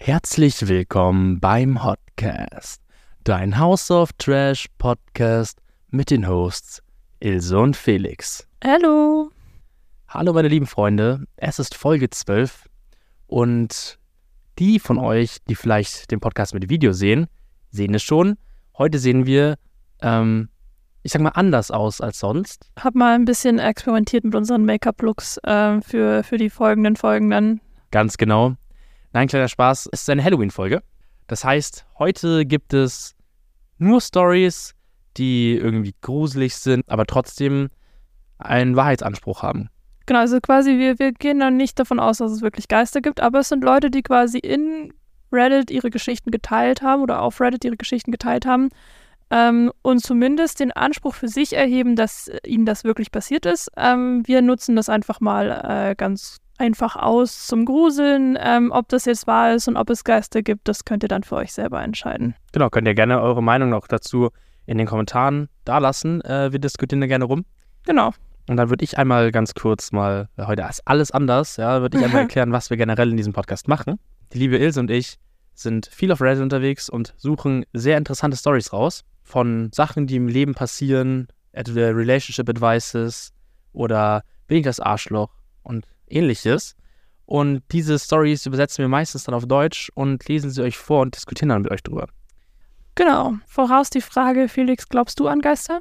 Herzlich willkommen beim Hotcast, dein House of Trash Podcast mit den Hosts Ilse und Felix. Hallo. Hallo meine lieben Freunde, es ist Folge 12 und die von euch, die vielleicht den Podcast mit Video sehen, sehen es schon. Heute sehen wir, ich sag mal, anders aus als sonst. Hab mal ein bisschen experimentiert mit unseren Make-up-Looks für die folgenden Folgen dann. Ganz genau. Nein, kleiner Spaß, es ist eine Halloween-Folge. Das heißt, heute gibt es nur Stories, die irgendwie gruselig sind, aber trotzdem einen Wahrheitsanspruch haben. Genau, also quasi wir gehen dann nicht davon aus, dass es wirklich Geister gibt, aber es sind Leute, die quasi in Reddit ihre Geschichten geteilt haben oder auf Reddit ihre Geschichten geteilt haben und zumindest den Anspruch für sich erheben, dass ihnen das wirklich passiert ist. Wir nutzen das einfach mal ganz einfach aus zum Gruseln. Ob das jetzt wahr ist und ob es Geister gibt, das könnt ihr dann für euch selber entscheiden. Genau, könnt ihr gerne eure Meinung noch dazu in den Kommentaren dalassen. Wir diskutieren da gerne rum. Genau. Und dann würde ich einmal ganz kurz mal, heute ist alles anders, würde ich einmal erklären, was wir generell in diesem Podcast machen. Die liebe Ilse und ich sind viel auf Reddit unterwegs und suchen sehr interessante Storys raus. Von Sachen, die im Leben passieren, Relationship Advices oder bin ich das Arschloch und ähnliches. Und diese Stories übersetzen wir meistens dann auf Deutsch und lesen sie euch vor und diskutieren dann mit euch drüber. Genau. Voraus die Frage, Felix, glaubst du an Geister?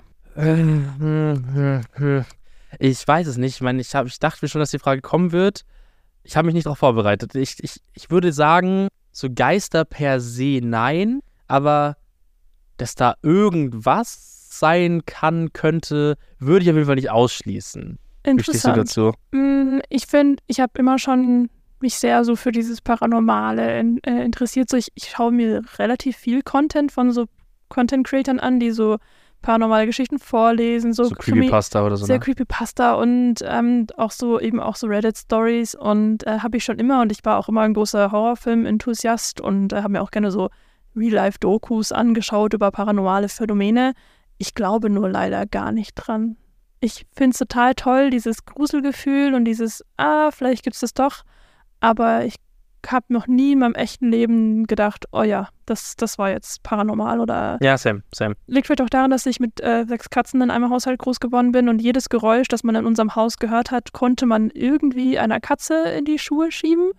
Ich weiß es nicht. Ich meine, ich dachte mir schon, dass die Frage kommen wird. Ich habe mich nicht darauf vorbereitet. Ich würde sagen, so Geister per se nein, aber dass da irgendwas sein könnte, würde ich auf jeden Fall nicht ausschließen. Interessant. Wie stehst du dazu? Ich finde, ich habe immer schon mich sehr so für dieses Paranormale interessiert. So, ich schaue mir relativ viel Content von so Content-Creatern an, die so paranormale Geschichten vorlesen. So Creepypasta oder so. Sehr Creepypasta und auch so Reddit-Stories und habe ich schon immer. Und ich war auch immer ein großer Horrorfilm-Enthusiast und habe mir auch gerne so Real-Life-Dokus angeschaut über paranormale Phänomene. Ich glaube nur leider gar nicht dran. Ich finde es total toll, dieses Gruselgefühl und dieses, vielleicht gibt es das doch. Aber ich habe noch nie in meinem echten Leben gedacht, oh ja, das war jetzt paranormal oder... Ja, same. Liegt vielleicht auch daran, dass ich mit 6 Katzen in einem Haushalt groß geworden bin und jedes Geräusch, das man in unserem Haus gehört hat, konnte man irgendwie einer Katze in die Schuhe schieben.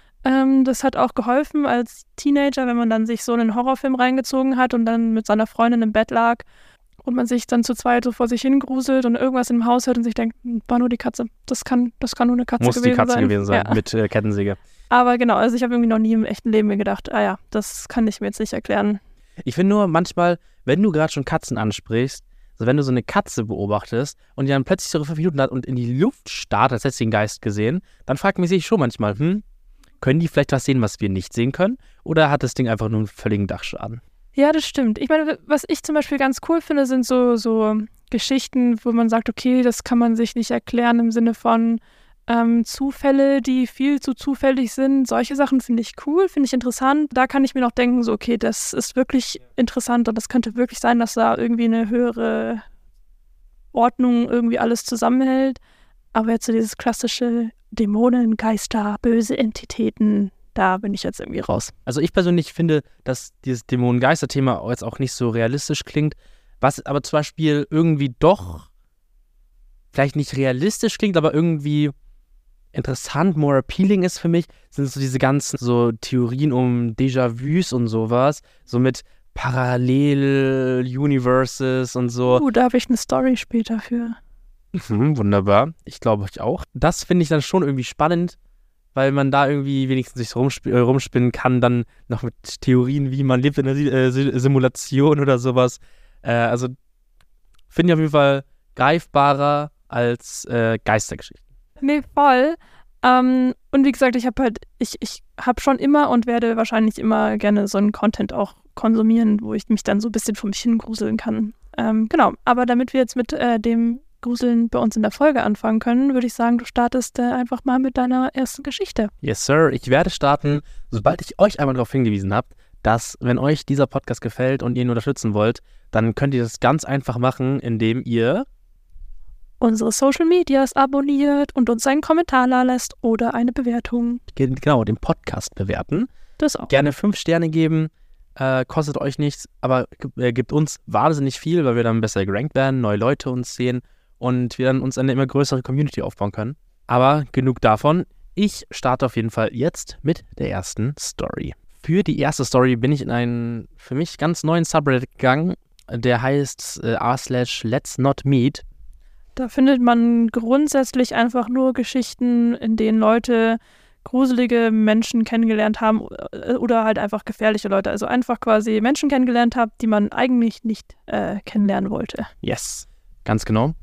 Das hat auch geholfen als Teenager, wenn man dann sich so einen Horrorfilm reingezogen hat und dann mit seiner Freundin im Bett lag und man sich dann zu zweit so vor sich hingruselt und irgendwas im Haus hört und sich denkt, war nur die Katze. Das kann nur eine Katze gewesen sein. Muss die Katze gewesen sein, ja. Mit Kettensäge. Aber genau, also ich habe irgendwie noch nie im echten Leben mir gedacht, das kann ich mir jetzt nicht erklären. Ich finde nur manchmal, wenn du gerade schon Katzen ansprichst, also wenn du so eine Katze beobachtest und die dann plötzlich so 5 Minuten hat und in die Luft starrt, als hättest du den Geist gesehen, dann fragt man sich schon manchmal, können die vielleicht was sehen, was wir nicht sehen können? Oder hat das Ding einfach nur einen völligen Dachschaden? Ja, das stimmt. Ich meine, was ich zum Beispiel ganz cool finde, sind so Geschichten, wo man sagt, okay, das kann man sich nicht erklären im Sinne von Zufälle, die viel zu zufällig sind. Solche Sachen finde ich cool, finde ich interessant. Da kann ich mir noch denken, so okay, das ist wirklich interessant und das könnte wirklich sein, dass da irgendwie eine höhere Ordnung irgendwie alles zusammenhält. Aber jetzt so dieses klassische Dämonen, Geister, böse Entitäten, da bin ich jetzt irgendwie raus. Also ich persönlich finde, dass dieses Dämonen-Geister-Thema jetzt auch nicht so realistisch klingt, was aber zum Beispiel irgendwie doch vielleicht nicht realistisch klingt, aber irgendwie interessant, more appealing ist für mich, sind so diese ganzen so Theorien um Déjà-vus und sowas, so mit Parallel-Universes und so. Da habe ich eine Story später für. Wunderbar, ich glaube euch auch. Das finde ich dann schon irgendwie spannend, weil man da irgendwie wenigstens sich rumspinnen kann, dann noch mit Theorien, wie man lebt in einer Simulation oder sowas. Also finde ich auf jeden Fall greifbarer als Geistergeschichten. Nee, voll. Und wie gesagt, ich habe schon immer und werde wahrscheinlich immer gerne so einen Content auch konsumieren, wo ich mich dann so ein bisschen vor mich hin gruseln kann. Genau, aber damit wir jetzt mit dem Gruseln bei uns in der Folge anfangen können, würde ich sagen, du startest einfach mal mit deiner ersten Geschichte. Yes, Sir. Ich werde starten, sobald ich euch einmal darauf hingewiesen habe, dass, wenn euch dieser Podcast gefällt und ihr ihn unterstützen wollt, dann könnt ihr das ganz einfach machen, indem ihr unsere Social Medias abonniert und uns einen Kommentar da lässt oder eine Bewertung. Genau, den Podcast bewerten. Das auch. Gerne 5 Sterne geben, kostet euch nichts, aber gibt uns wahnsinnig viel, weil wir dann besser gerankt werden, neue Leute uns sehen und wir dann uns eine immer größere Community aufbauen können. Aber genug davon. Ich starte auf jeden Fall jetzt mit der ersten Story. Für die erste Story bin ich in einen für mich ganz neuen Subreddit gegangen, der heißt r/Let's Not Meet. Da findet man grundsätzlich einfach nur Geschichten, in denen Leute gruselige Menschen kennengelernt haben oder halt einfach gefährliche Leute. Also einfach quasi Menschen kennengelernt haben, die man eigentlich nicht kennenlernen wollte. Yes, ganz genau.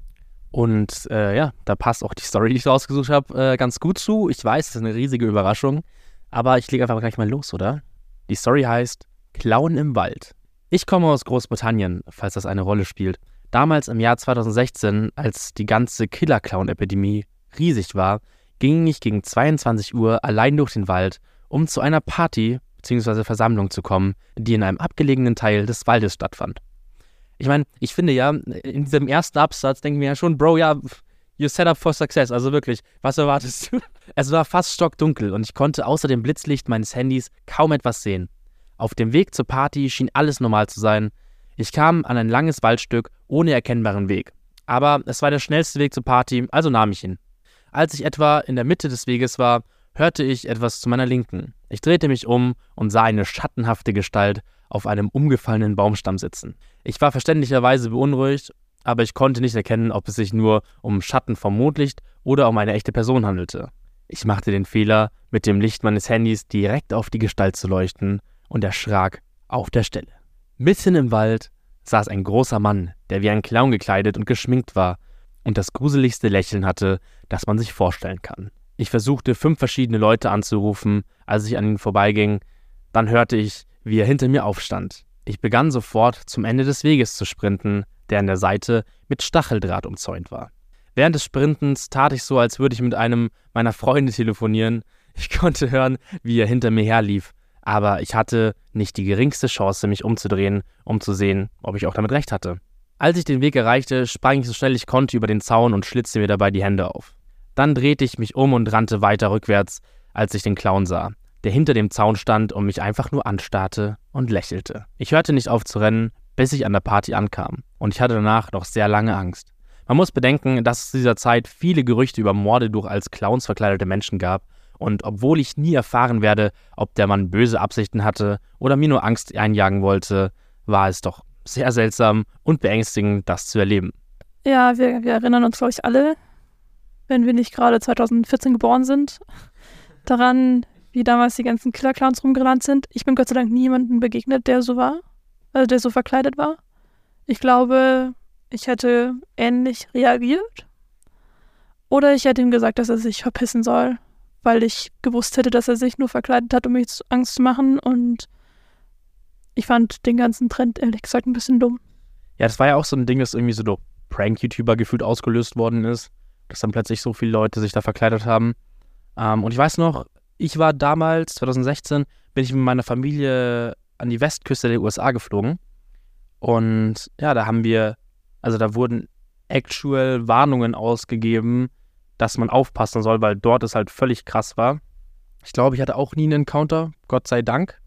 Und ja, da passt auch die Story, die ich rausgesucht habe, ganz gut zu. Ich weiß, es ist eine riesige Überraschung, aber ich lege einfach gleich mal los, oder? Die Story heißt Clown im Wald. Ich komme aus Großbritannien, falls das eine Rolle spielt. Damals im Jahr 2016, als die ganze Killer-Clown-Epidemie riesig war, ging ich gegen 22 Uhr allein durch den Wald, um zu einer Party bzw. Versammlung zu kommen, die in einem abgelegenen Teil des Waldes stattfand. Ich meine, ich finde ja, in diesem ersten Absatz denken wir ja schon, Bro, ja, you're set up for success. Also wirklich, was erwartest du? Es war fast stockdunkel und ich konnte außer dem Blitzlicht meines Handys kaum etwas sehen. Auf dem Weg zur Party schien alles normal zu sein. Ich kam an ein langes Waldstück ohne erkennbaren Weg. Aber es war der schnellste Weg zur Party, also nahm ich ihn. Als ich etwa in der Mitte des Weges war, hörte ich etwas zu meiner Linken. Ich drehte mich um und sah eine schattenhafte Gestalt auf einem umgefallenen Baumstamm sitzen. Ich war verständlicherweise beunruhigt, aber ich konnte nicht erkennen, ob es sich nur um Schatten vom Mondlicht oder um eine echte Person handelte. Ich machte den Fehler, mit dem Licht meines Handys direkt auf die Gestalt zu leuchten und erschrak auf der Stelle. Mitten im Wald saß ein großer Mann, der wie ein Clown gekleidet und geschminkt war und das gruseligste Lächeln hatte, das man sich vorstellen kann. Ich versuchte 5 verschiedene Leute anzurufen, als ich an ihn vorbeiging. Dann hörte ich, wie er hinter mir aufstand. Ich begann sofort, zum Ende des Weges zu sprinten, der an der Seite mit Stacheldraht umzäunt war. Während des Sprintens tat ich so, als würde ich mit einem meiner Freunde telefonieren. Ich konnte hören, wie er hinter mir herlief, aber ich hatte nicht die geringste Chance, mich umzudrehen, um zu sehen, ob ich auch damit recht hatte. Als ich den Weg erreichte, sprang ich so schnell ich konnte über den Zaun und schlitzte mir dabei die Hände auf. Dann drehte ich mich um und rannte weiter rückwärts, als ich den Clown sah, der hinter dem Zaun stand und mich einfach nur anstarrte und lächelte. Ich hörte nicht auf zu rennen, bis ich an der Party ankam, und ich hatte danach noch sehr lange Angst. Man muss bedenken, dass es zu dieser Zeit viele Gerüchte über Morde durch als Clowns verkleidete Menschen gab, und obwohl ich nie erfahren werde, ob der Mann böse Absichten hatte oder mir nur Angst einjagen wollte, war es doch sehr seltsam und beängstigend, das zu erleben. Ja, wir erinnern uns, glaube ich, alle, wenn wir nicht gerade 2014 geboren sind, daran, wie damals die ganzen Killer-Clowns rumgerannt sind. Ich bin Gott sei Dank niemandem begegnet, der so war, also der so verkleidet war. Ich glaube, ich hätte ähnlich reagiert. Oder ich hätte ihm gesagt, dass er sich verpissen soll, weil ich gewusst hätte, dass er sich nur verkleidet hat, um mich Angst zu machen. Und ich fand den ganzen Trend, ehrlich gesagt, ein bisschen dumm. Ja, das war ja auch so ein Ding, das irgendwie so durch Prank-YouTuber gefühlt ausgelöst worden ist, dass dann plötzlich so viele Leute sich da verkleidet haben. Und ich weiß noch, ich war damals, 2016, bin ich mit meiner Familie an die Westküste der USA geflogen. Und ja, da wurden actual Warnungen ausgegeben, dass man aufpassen soll, weil dort es halt völlig krass war. Ich glaube, ich hatte auch nie einen Encounter, Gott sei Dank.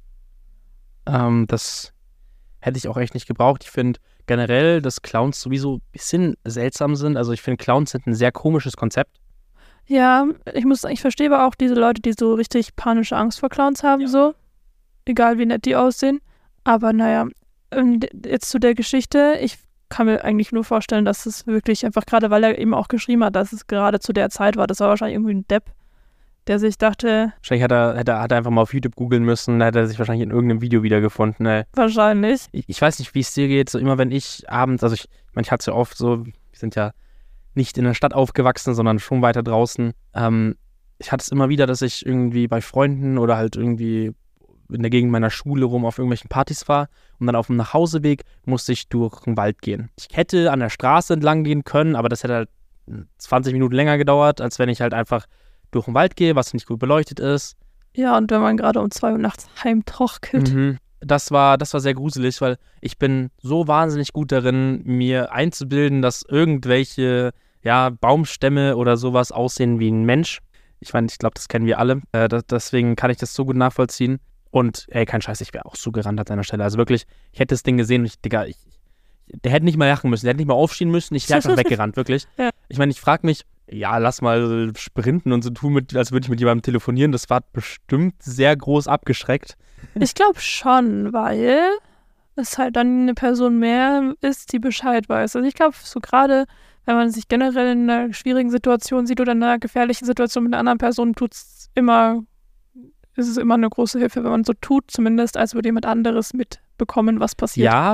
Das hätte ich auch echt nicht gebraucht. Ich finde generell, dass Clowns sowieso ein bisschen seltsam sind. Also ich finde, Clowns sind ein sehr komisches Konzept. Ja, ich verstehe aber auch diese Leute, die so richtig panische Angst vor Clowns haben, so. Egal wie nett die aussehen. Aber naja, jetzt zu der Geschichte. Ich kann mir eigentlich nur vorstellen, dass es wirklich einfach, gerade weil er eben auch geschrieben hat, dass es gerade zu der Zeit war, das war wahrscheinlich irgendwie ein Depp, der sich dachte... Wahrscheinlich hat er einfach mal auf YouTube googeln müssen, da hat er sich wahrscheinlich in irgendeinem Video wiedergefunden. Ey. Wahrscheinlich. Ich weiß nicht, wie es dir geht, so immer wenn ich abends, also ich hatte es ja oft so, wir sind ja nicht in der Stadt aufgewachsen, sondern schon weiter draußen. Ich hatte es immer wieder, dass ich irgendwie bei Freunden oder halt irgendwie in der Gegend meiner Schule rum auf irgendwelchen Partys war und dann auf dem Nachhauseweg musste ich durch den Wald gehen. Ich hätte an der Straße entlang gehen können, aber das hätte halt 20 Minuten länger gedauert, als wenn ich halt einfach durch den Wald gehe, was nicht gut beleuchtet ist. Ja, und wenn man gerade um 2 Uhr nachts heimtrockelt. Mhm. Das war sehr gruselig, weil ich bin so wahnsinnig gut darin, mir einzubilden, dass irgendwelche Baumstämme oder sowas aussehen wie ein Mensch. Ich meine, ich glaube, das kennen wir alle. Deswegen kann ich das so gut nachvollziehen. Und ey, kein Scheiß, ich wäre auch so gerannt an seiner Stelle. Also wirklich, ich hätte das Ding gesehen und der hätte nicht mal lachen müssen, der hätte nicht mal aufstehen müssen, ich wäre einfach weggerannt, wirklich. Ja. Ich meine, ich frage mich, ja, lass mal sprinten und so tun, als würde ich mit jemandem telefonieren. Das war bestimmt sehr groß abgeschreckt. Ich glaube schon, weil es halt dann eine Person mehr ist, die Bescheid weiß. Also ich glaube, so gerade, wenn man sich generell in einer schwierigen Situation sieht oder in einer gefährlichen Situation mit einer anderen Person, ist es immer eine große Hilfe, wenn man so tut, zumindest, als würde jemand anderes mitbekommen, was passiert. Ja,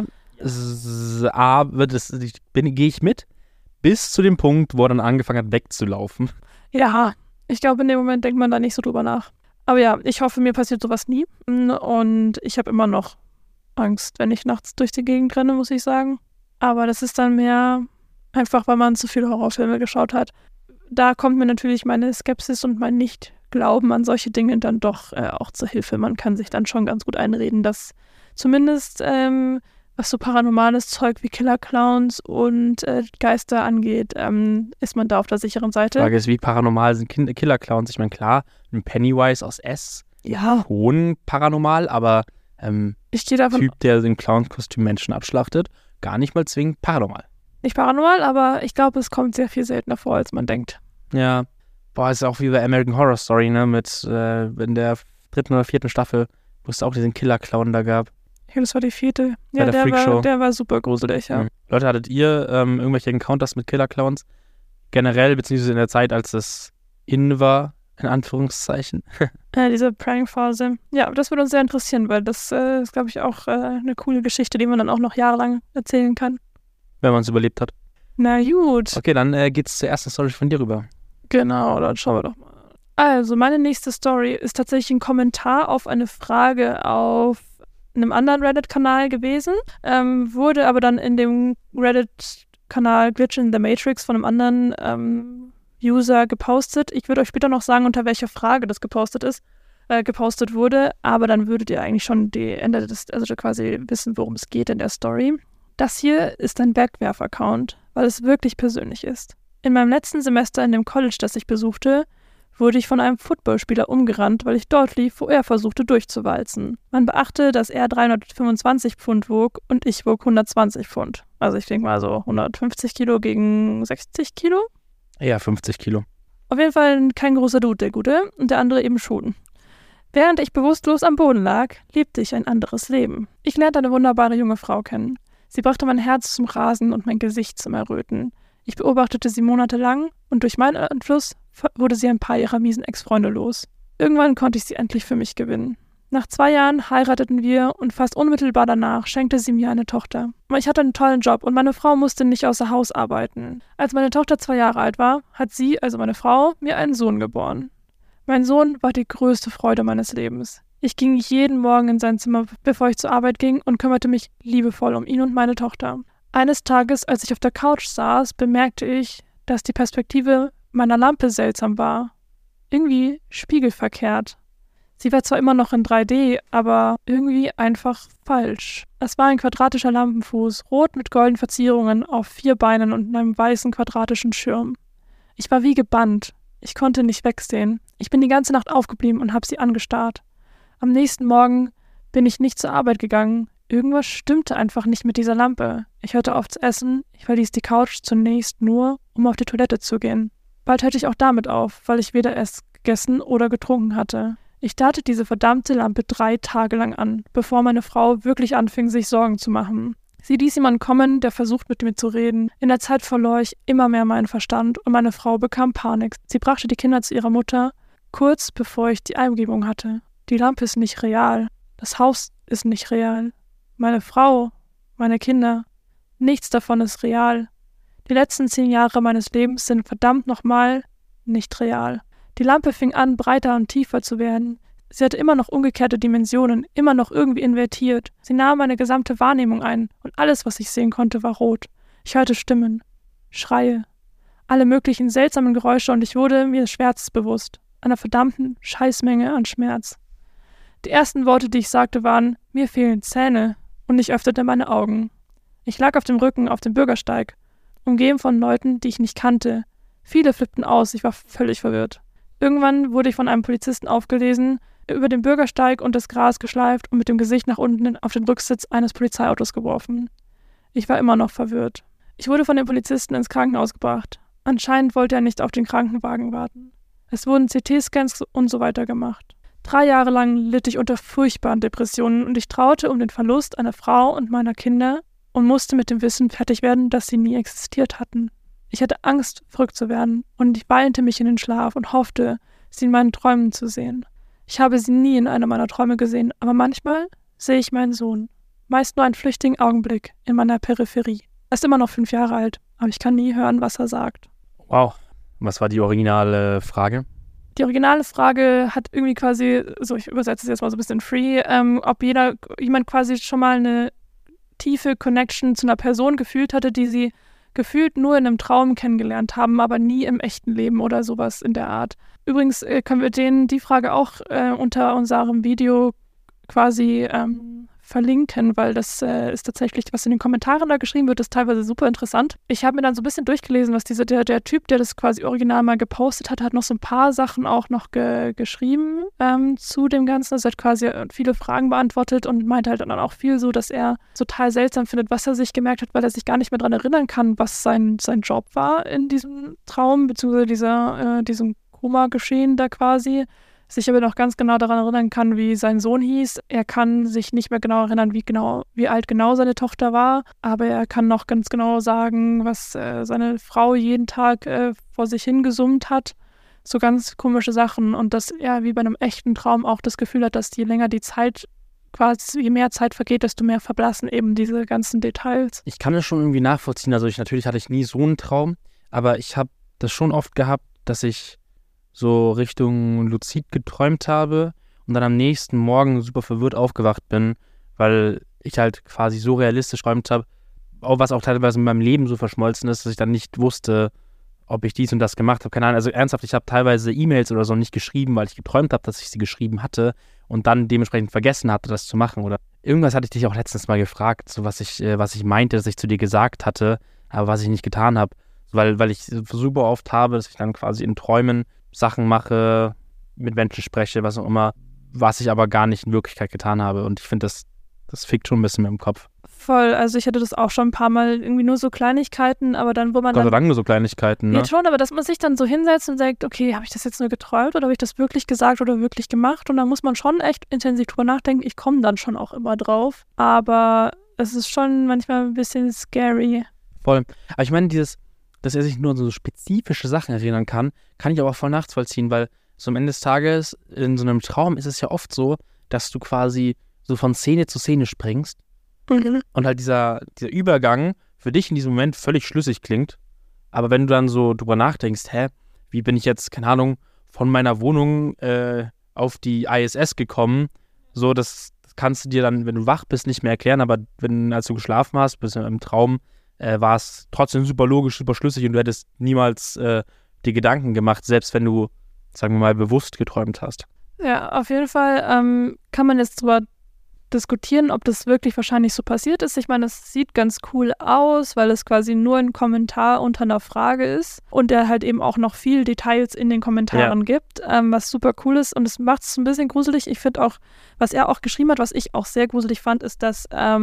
gehe ich mit, bis zu dem Punkt, wo er dann angefangen hat, wegzulaufen. Ja, ich glaube, in dem Moment denkt man da nicht so drüber nach. Aber ja, ich hoffe, mir passiert sowas nie. Und ich habe immer noch Angst, wenn ich nachts durch die Gegend renne, muss ich sagen. Aber das ist dann mehr einfach, weil man zu viele Horrorfilme geschaut hat. Da kommt mir natürlich meine Skepsis und mein Nicht-Glauben an solche Dinge dann doch auch zur Hilfe. Man kann sich dann schon ganz gut einreden, dass zumindest was so paranormales Zeug wie Killer-Clowns und Geister angeht, ist man da auf der sicheren Seite. Die Frage ist, wie paranormal sind Killer-Clowns? Ich meine, klar, ein Pennywise aus S, ja, schon paranormal, aber ich gehe davon Typ, der in Clown-Kostüm Menschen abschlachtet, gar nicht mal zwingend paranormal. nicht paranormal, aber ich glaube, es kommt sehr viel seltener vor, als man denkt. Ja, boah, ist auch wie bei American Horror Story, ne, mit in der 3. oder 4. Staffel, wo es auch diesen Killer-Clown da gab. Ja, das war die 4. Bei Ja, der Freakshow. der war super gruselig, ja. Mhm. Leute, hattet ihr irgendwelche Encounters mit Killer-Clowns? Generell, beziehungsweise in der Zeit, als es in war, in Anführungszeichen? Diese Prank-Phase. Ja, das würde uns sehr interessieren, weil das ist, glaube ich, auch eine coole Geschichte, die man dann auch noch jahrelang erzählen kann. Wenn man es überlebt hat. Na gut. Okay, dann geht's zur ersten Story von dir rüber. Genau, dann schauen wir doch mal. Also, meine nächste Story ist tatsächlich ein Kommentar auf eine Frage auf einem anderen Reddit-Kanal gewesen, wurde aber dann in dem Reddit-Kanal Glitch in the Matrix von einem anderen User gepostet. Ich würde euch später noch sagen, unter welcher Frage das gepostet wurde, aber dann würdet ihr eigentlich schon also quasi wissen, worum es geht in der Story. Das hier ist ein Wegwerf-Account, weil es wirklich persönlich ist. In meinem letzten Semester in dem College, das ich besuchte, wurde ich von einem Footballspieler umgerannt, weil ich dort lief, wo er versuchte durchzuwalzen. Man beachte, dass er 325 Pfund wog und ich wog 120 Pfund. Also ich denke mal so 150 Kilo gegen 60 Kilo. Eher 50 Kilo. Auf jeden Fall kein großer Dude, der Gute, und der andere eben schon. Während ich bewusstlos am Boden lag, lebte ich ein anderes Leben. Ich lernte eine wunderbare junge Frau kennen. Sie brachte mein Herz zum Rasen und mein Gesicht zum Erröten. Ich beobachtete sie monatelang und durch meinen Einfluss wurde sie ein paar ihrer miesen Ex-Freunde los. Irgendwann konnte ich sie endlich für mich gewinnen. Nach 2 Jahren heirateten wir und fast unmittelbar danach schenkte sie mir eine Tochter. Ich hatte einen tollen Job und meine Frau musste nicht außer Haus arbeiten. Als meine Tochter 2 Jahre alt war, hat sie, also meine Frau, mir einen Sohn geboren. Mein Sohn war die größte Freude meines Lebens. Ich ging jeden Morgen in sein Zimmer, bevor ich zur Arbeit ging, und kümmerte mich liebevoll um ihn und meine Tochter. Eines Tages, als ich auf der Couch saß, bemerkte ich, dass die Perspektive meiner Lampe seltsam war. Irgendwie spiegelverkehrt. Sie war zwar immer noch in 3D, aber irgendwie einfach falsch. Es war ein quadratischer Lampenfuß, rot mit goldenen Verzierungen auf 4 Beinen und einem weißen quadratischen Schirm. Ich war wie gebannt. Ich konnte nicht wegsehen. Ich bin die ganze Nacht aufgeblieben und habe sie angestarrt. Am nächsten Morgen bin ich nicht zur Arbeit gegangen. Irgendwas stimmte einfach nicht mit dieser Lampe. Ich hörte auf zu essen. Ich verließ die Couch zunächst nur, um auf die Toilette zu gehen. Bald hörte ich auch damit auf, weil ich weder erst gegessen oder getrunken hatte. Ich starrte diese verdammte Lampe 3 Tage lang an, bevor meine Frau wirklich anfing, sich Sorgen zu machen. Sie ließ jemanden kommen, der versucht, mit mir zu reden. In der Zeit verlor ich immer mehr meinen Verstand und meine Frau bekam Panik. Sie brachte die Kinder zu ihrer Mutter, kurz bevor ich die Eingebung hatte. Die Lampe ist nicht real. Das Haus ist nicht real. Meine Frau, meine Kinder, nichts davon ist real. Die letzten 10 Jahre meines Lebens sind verdammt nochmal nicht real. Die Lampe fing an, breiter und tiefer zu werden. Sie hatte immer noch umgekehrte Dimensionen, immer noch irgendwie invertiert. Sie nahm meine gesamte Wahrnehmung ein und alles, was ich sehen konnte, war rot. Ich hörte Stimmen, Schreie, alle möglichen seltsamen Geräusche und ich wurde mir des Schmerzes bewusst. Einer verdammten Scheißmenge an Schmerz. Die ersten Worte, die ich sagte, waren, mir fehlen Zähne, und ich öffnete meine Augen. Ich lag auf dem Rücken auf dem Bürgersteig, umgeben von Leuten, die ich nicht kannte. Viele flippten aus, ich war völlig verwirrt. Irgendwann wurde ich von einem Polizisten aufgelesen, über den Bürgersteig und das Gras geschleift und mit dem Gesicht nach unten auf den Rücksitz eines Polizeiautos geworfen. Ich war immer noch verwirrt. Ich wurde von den Polizisten ins Krankenhaus gebracht. Anscheinend wollte er nicht auf den Krankenwagen warten. Es wurden CT-Scans und so weiter gemacht. 3 Jahre lang litt ich unter furchtbaren Depressionen und ich trauerte um den Verlust einer Frau und meiner Kinder und musste mit dem Wissen fertig werden, dass sie nie existiert hatten. Ich hatte Angst, verrückt zu werden und ich weinte mich in den Schlaf und hoffte, sie in meinen Träumen zu sehen. Ich habe sie nie in einer meiner Träume gesehen, aber manchmal sehe ich meinen Sohn. Meist nur einen flüchtigen Augenblick in meiner Peripherie. Er ist immer noch 5 Jahre alt, aber ich kann nie hören, was er sagt. Wow. Was war die originale Frage? Die originale Frage hat irgendwie quasi, so ich übersetze es jetzt mal so ein bisschen free, ob jemand quasi schon mal eine tiefe Connection zu einer Person gefühlt hatte, die sie gefühlt nur in einem Traum kennengelernt haben, aber nie im echten Leben oder sowas in der Art. Übrigens können wir die Frage auch unter unserem Video quasi verlinken, weil das ist tatsächlich, was in den Kommentaren da geschrieben wird, ist teilweise super interessant. Ich habe mir dann so ein bisschen durchgelesen, was der Typ, der das quasi original mal gepostet hat noch so ein paar Sachen auch noch geschrieben zu dem Ganzen. Also hat quasi viele Fragen beantwortet und meinte halt dann auch viel so, dass er total seltsam findet, was er sich gemerkt hat, weil er sich gar nicht mehr daran erinnern kann, was sein Job war in diesem Traum, beziehungsweise diesem Koma-Geschehen da quasi. Sich aber noch ganz genau daran erinnern kann, wie sein Sohn hieß. Er kann sich nicht mehr genau erinnern, wie alt genau seine Tochter war, aber er kann noch ganz genau sagen, was seine Frau jeden Tag vor sich hingesummt hat. So ganz komische Sachen und dass er wie bei einem echten Traum auch das Gefühl hat, dass je länger die Zeit je mehr Zeit vergeht, desto mehr verblassen eben diese ganzen Details. Ich kann das schon irgendwie nachvollziehen. Also natürlich hatte ich nie so einen Traum, aber ich habe das schon oft gehabt, dass ich so Richtung Luzid geträumt habe und dann am nächsten Morgen super verwirrt aufgewacht bin, weil ich halt quasi so realistisch geträumt habe, was auch teilweise in meinem Leben so verschmolzen ist, dass ich dann nicht wusste, ob ich dies und das gemacht habe. Keine Ahnung, also ernsthaft, ich habe teilweise E-Mails oder so nicht geschrieben, weil ich geträumt habe, dass ich sie geschrieben hatte und dann dementsprechend vergessen hatte, das zu machen. Oder irgendwas hatte ich dich auch letztens mal gefragt, so was ich meinte, dass ich zu dir gesagt hatte, aber was ich nicht getan habe, weil ich super oft habe, dass ich dann quasi in Träumen Sachen mache, mit Menschen spreche, was auch immer, was ich aber gar nicht in Wirklichkeit getan habe. Und ich finde, das fickt schon ein bisschen mit dem Kopf. Voll, also ich hatte das auch schon ein paar Mal, irgendwie nur so Kleinigkeiten, aber dann, wo man Gott sei Dank nur so Kleinigkeiten, ne? Ja, schon, aber dass man sich dann so hinsetzt und sagt, okay, habe ich das jetzt nur geträumt oder habe ich das wirklich gesagt oder wirklich gemacht? Und da muss man schon echt intensiv drüber nachdenken. Ich komme dann schon auch immer drauf, aber es ist schon manchmal ein bisschen scary. Voll. Aber ich meine, dass er sich nur an so spezifische Sachen erinnern kann ich aber auch voll nachvollziehen, weil so am Ende des Tages in so einem Traum ist es ja oft so, dass du quasi so von Szene zu Szene springst und halt dieser Übergang für dich in diesem Moment völlig schlüssig klingt, aber wenn du dann so drüber nachdenkst, wie bin ich jetzt, keine Ahnung, von meiner Wohnung auf die ISS gekommen, so das kannst du dir dann, wenn du wach bist, nicht mehr erklären, aber als du geschlafen hast, bist du im Traum, war es trotzdem super logisch, super schlüssig und du hättest niemals dir Gedanken gemacht, selbst wenn du, sagen wir mal, bewusst geträumt hast. Ja, auf jeden Fall kann man jetzt drüber diskutieren, ob das wirklich wahrscheinlich so passiert ist. Ich meine, es sieht ganz cool aus, weil es quasi nur ein Kommentar unter einer Frage ist und der halt eben auch noch viel Details in den Kommentaren gibt, was super cool ist und es macht es ein bisschen gruselig. Ich finde auch, was er auch geschrieben hat, was ich auch sehr gruselig fand, ist, dass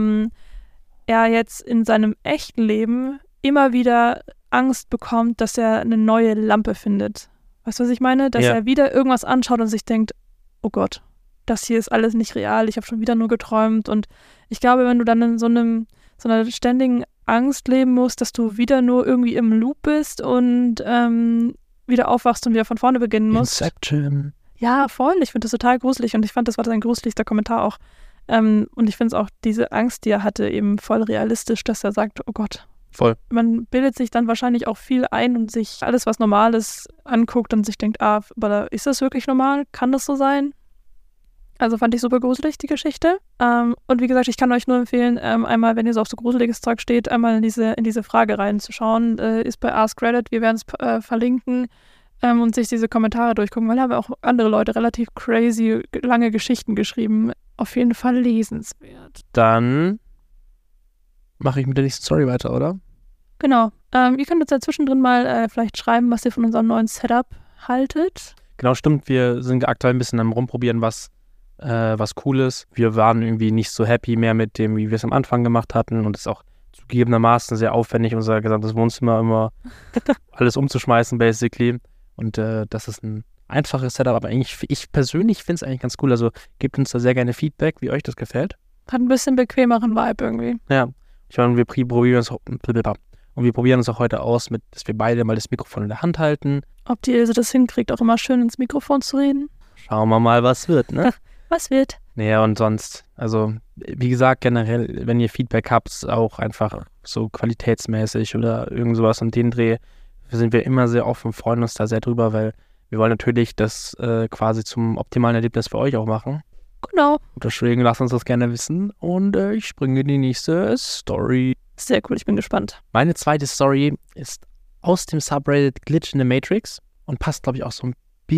er jetzt in seinem echten Leben immer wieder Angst bekommt, dass er eine neue Lampe findet. Weißt du, was ich meine? Dass er wieder irgendwas anschaut und sich denkt, oh Gott, das hier ist alles nicht real, ich habe schon wieder nur geträumt. Und ich glaube, wenn du dann in so einer ständigen Angst leben musst, dass du wieder nur irgendwie im Loop bist und wieder aufwachst und wieder von vorne beginnen musst. Inception. Ja, voll. Ich finde das total gruselig und ich fand, das war sein gruseligster Kommentar auch. Und ich finde es auch, diese Angst, die er hatte, eben voll realistisch, dass er sagt, oh Gott. Voll. Man bildet sich dann wahrscheinlich auch viel ein und sich alles, was normal ist, anguckt und sich denkt, aber ist das wirklich normal? Kann das so sein? Also fand ich super gruselig, die Geschichte. Und wie gesagt, ich kann euch nur empfehlen, einmal, wenn ihr so auf so gruseliges Zeug steht, einmal in diese Frage reinzuschauen. Ist bei Ask Reddit, wir werden es verlinken und sich diese Kommentare durchgucken, weil da haben auch andere Leute relativ crazy, lange Geschichten geschrieben. Auf jeden Fall lesenswert. Dann mache ich mit der nächsten Story weiter, oder? Genau. Ihr könnt uns ja zwischendrin mal vielleicht schreiben, was ihr von unserem neuen Setup haltet. Genau, stimmt. Wir sind aktuell ein bisschen am Rumprobieren, was was Cooles. Wir waren irgendwie nicht so happy mehr mit dem, wie wir es am Anfang gemacht hatten und es ist auch zugegebenermaßen sehr aufwendig, unser gesamtes Wohnzimmer immer alles umzuschmeißen, basically. Und das ist ein einfaches Setup, aber ich persönlich finde es eigentlich ganz cool. Also gebt uns da sehr gerne Feedback, wie euch das gefällt. Hat ein bisschen bequemeren Vibe irgendwie. Ja, ich meine, wir probieren uns auch heute aus, dass wir beide mal das Mikrofon in der Hand halten. Ob die Ilse das hinkriegt, auch immer schön ins Mikrofon zu reden. Schauen wir mal, was wird, ne? Was wird? Naja, und sonst, also wie gesagt, generell, wenn ihr Feedback habt, auch einfach so qualitätsmäßig oder irgend sowas um den Dreh, sind wir immer sehr offen, freuen uns da sehr drüber, weil wir wollen natürlich das quasi zum optimalen Erlebnis für euch auch machen. Genau. Und deswegen lasst uns das gerne wissen und ich springe in die nächste Story. Sehr cool, ich bin gespannt. Meine zweite Story ist aus dem Subreddit Glitch in the Matrix und passt, glaube ich, auch so ein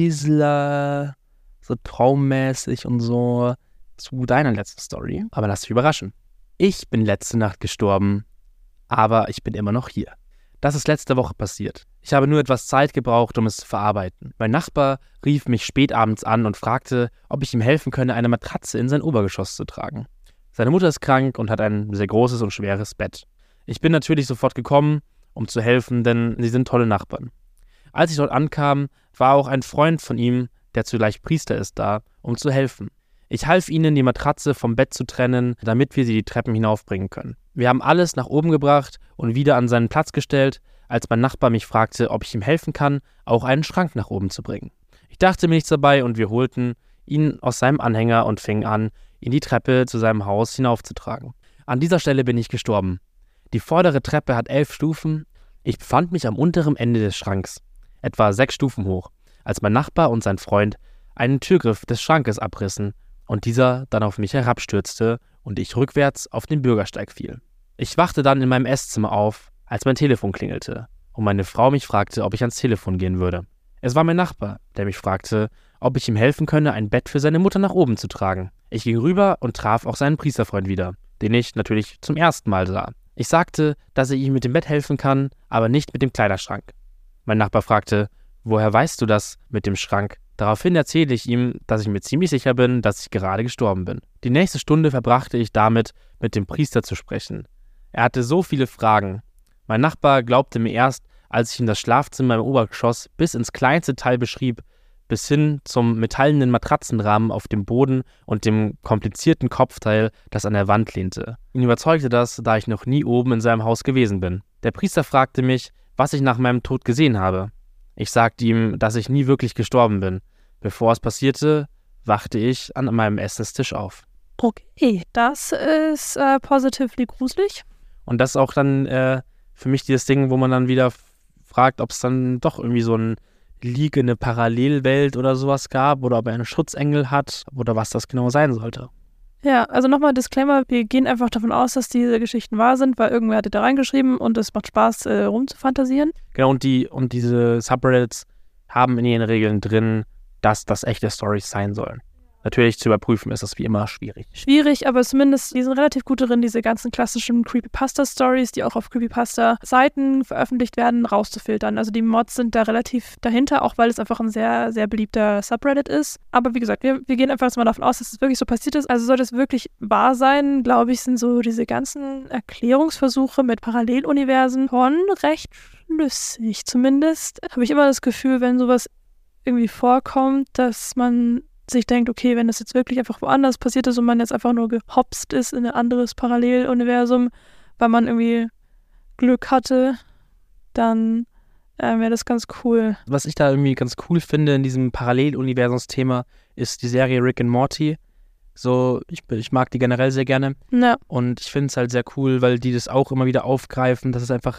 bisschen so traummäßig und so zu deiner letzten Story. Aber lass dich überraschen. Ich bin letzte Nacht gestorben, aber ich bin immer noch hier. Das ist letzte Woche passiert. Ich habe nur etwas Zeit gebraucht, um es zu verarbeiten. Mein Nachbar rief mich spätabends an und fragte, ob ich ihm helfen könne, eine Matratze in sein Obergeschoss zu tragen. Seine Mutter ist krank und hat ein sehr großes und schweres Bett. Ich bin natürlich sofort gekommen, um zu helfen, denn sie sind tolle Nachbarn. Als ich dort ankam, war auch ein Freund von ihm, der zugleich Priester ist, da, um zu helfen. Ich half ihnen, die Matratze vom Bett zu trennen, damit wir sie die Treppen hinaufbringen können. Wir haben alles nach oben gebracht und wieder an seinen Platz gestellt, als mein Nachbar mich fragte, ob ich ihm helfen kann, auch einen Schrank nach oben zu bringen. Ich dachte mir nichts dabei und wir holten ihn aus seinem Anhänger und fingen an, ihn die Treppe zu seinem Haus hinaufzutragen. An dieser Stelle bin ich gestorben. Die vordere Treppe hat 11 Stufen. Ich befand mich am unteren Ende des Schranks, etwa 6 Stufen hoch, als mein Nachbar und sein Freund einen Türgriff des Schrankes abrissen und dieser dann auf mich herabstürzte und ich rückwärts auf den Bürgersteig fiel. Ich wachte dann in meinem Esszimmer auf, als mein Telefon klingelte und meine Frau mich fragte, ob ich ans Telefon gehen würde. Es war mein Nachbar, der mich fragte, ob ich ihm helfen könne, ein Bett für seine Mutter nach oben zu tragen. Ich ging rüber und traf auch seinen Priesterfreund wieder, den ich natürlich zum ersten Mal sah. Ich sagte, dass ich ihm mit dem Bett helfen kann, aber nicht mit dem Kleiderschrank. Mein Nachbar fragte, woher weißt du das mit dem Schrank? Daraufhin erzählte ich ihm, dass ich mir ziemlich sicher bin, dass ich gerade gestorben bin. Die nächste Stunde verbrachte ich damit, mit dem Priester zu sprechen. Er hatte so viele Fragen. Mein Nachbar glaubte mir erst, als ich ihm das Schlafzimmer im Obergeschoss bis ins kleinste Teil beschrieb, bis hin zum metallenen Matratzenrahmen auf dem Boden und dem komplizierten Kopfteil, das an der Wand lehnte. Ihn überzeugte das, da ich noch nie oben in seinem Haus gewesen bin. Der Priester fragte mich, was ich nach meinem Tod gesehen habe. Ich sagte ihm, dass ich nie wirklich gestorben bin. Bevor es passierte, wachte ich an meinem Essenstisch auf. Okay, das ist positively gruselig. Und das ist auch dann für mich dieses Ding, wo man dann wieder fragt, ob es dann doch irgendwie so ein Leak in eine Parallelwelt oder sowas gab oder ob er einen Schutzengel hat oder was das genau sein sollte. Ja, also nochmal Disclaimer, wir gehen einfach davon aus, dass diese Geschichten wahr sind, weil irgendwer hat die da reingeschrieben und es macht Spaß, rumzufantasieren. Genau, und diese Subreddits haben in ihren Regeln drin, dass das echte Storys sein sollen. Natürlich zu überprüfen ist das wie immer schwierig. Schwierig, aber zumindest, die sind relativ gut darin, diese ganzen klassischen Creepypasta-Stories, die auch auf Creepypasta-Seiten veröffentlicht werden, rauszufiltern. Also die Mods sind da relativ dahinter, auch weil es einfach ein sehr, sehr beliebter Subreddit ist. Aber wie gesagt, wir gehen einfach mal davon aus, dass es wirklich so passiert ist. Also sollte es wirklich wahr sein, glaube ich, sind so diese ganzen Erklärungsversuche mit Paralleluniversen schon recht schlüssig. Zumindest habe ich immer das Gefühl, wenn sowas irgendwie vorkommt, dass man sich denkt, okay, wenn das jetzt wirklich einfach woanders passiert ist und man jetzt einfach nur gehopst ist in ein anderes Paralleluniversum, weil man irgendwie Glück hatte, dann wäre das ganz cool. Was ich da irgendwie ganz cool finde in diesem Paralleluniversumsthema, ist die Serie Rick and Morty. So, ich mag die generell sehr gerne. Ja. Und ich finde es halt sehr cool, weil die das auch immer wieder aufgreifen, dass es einfach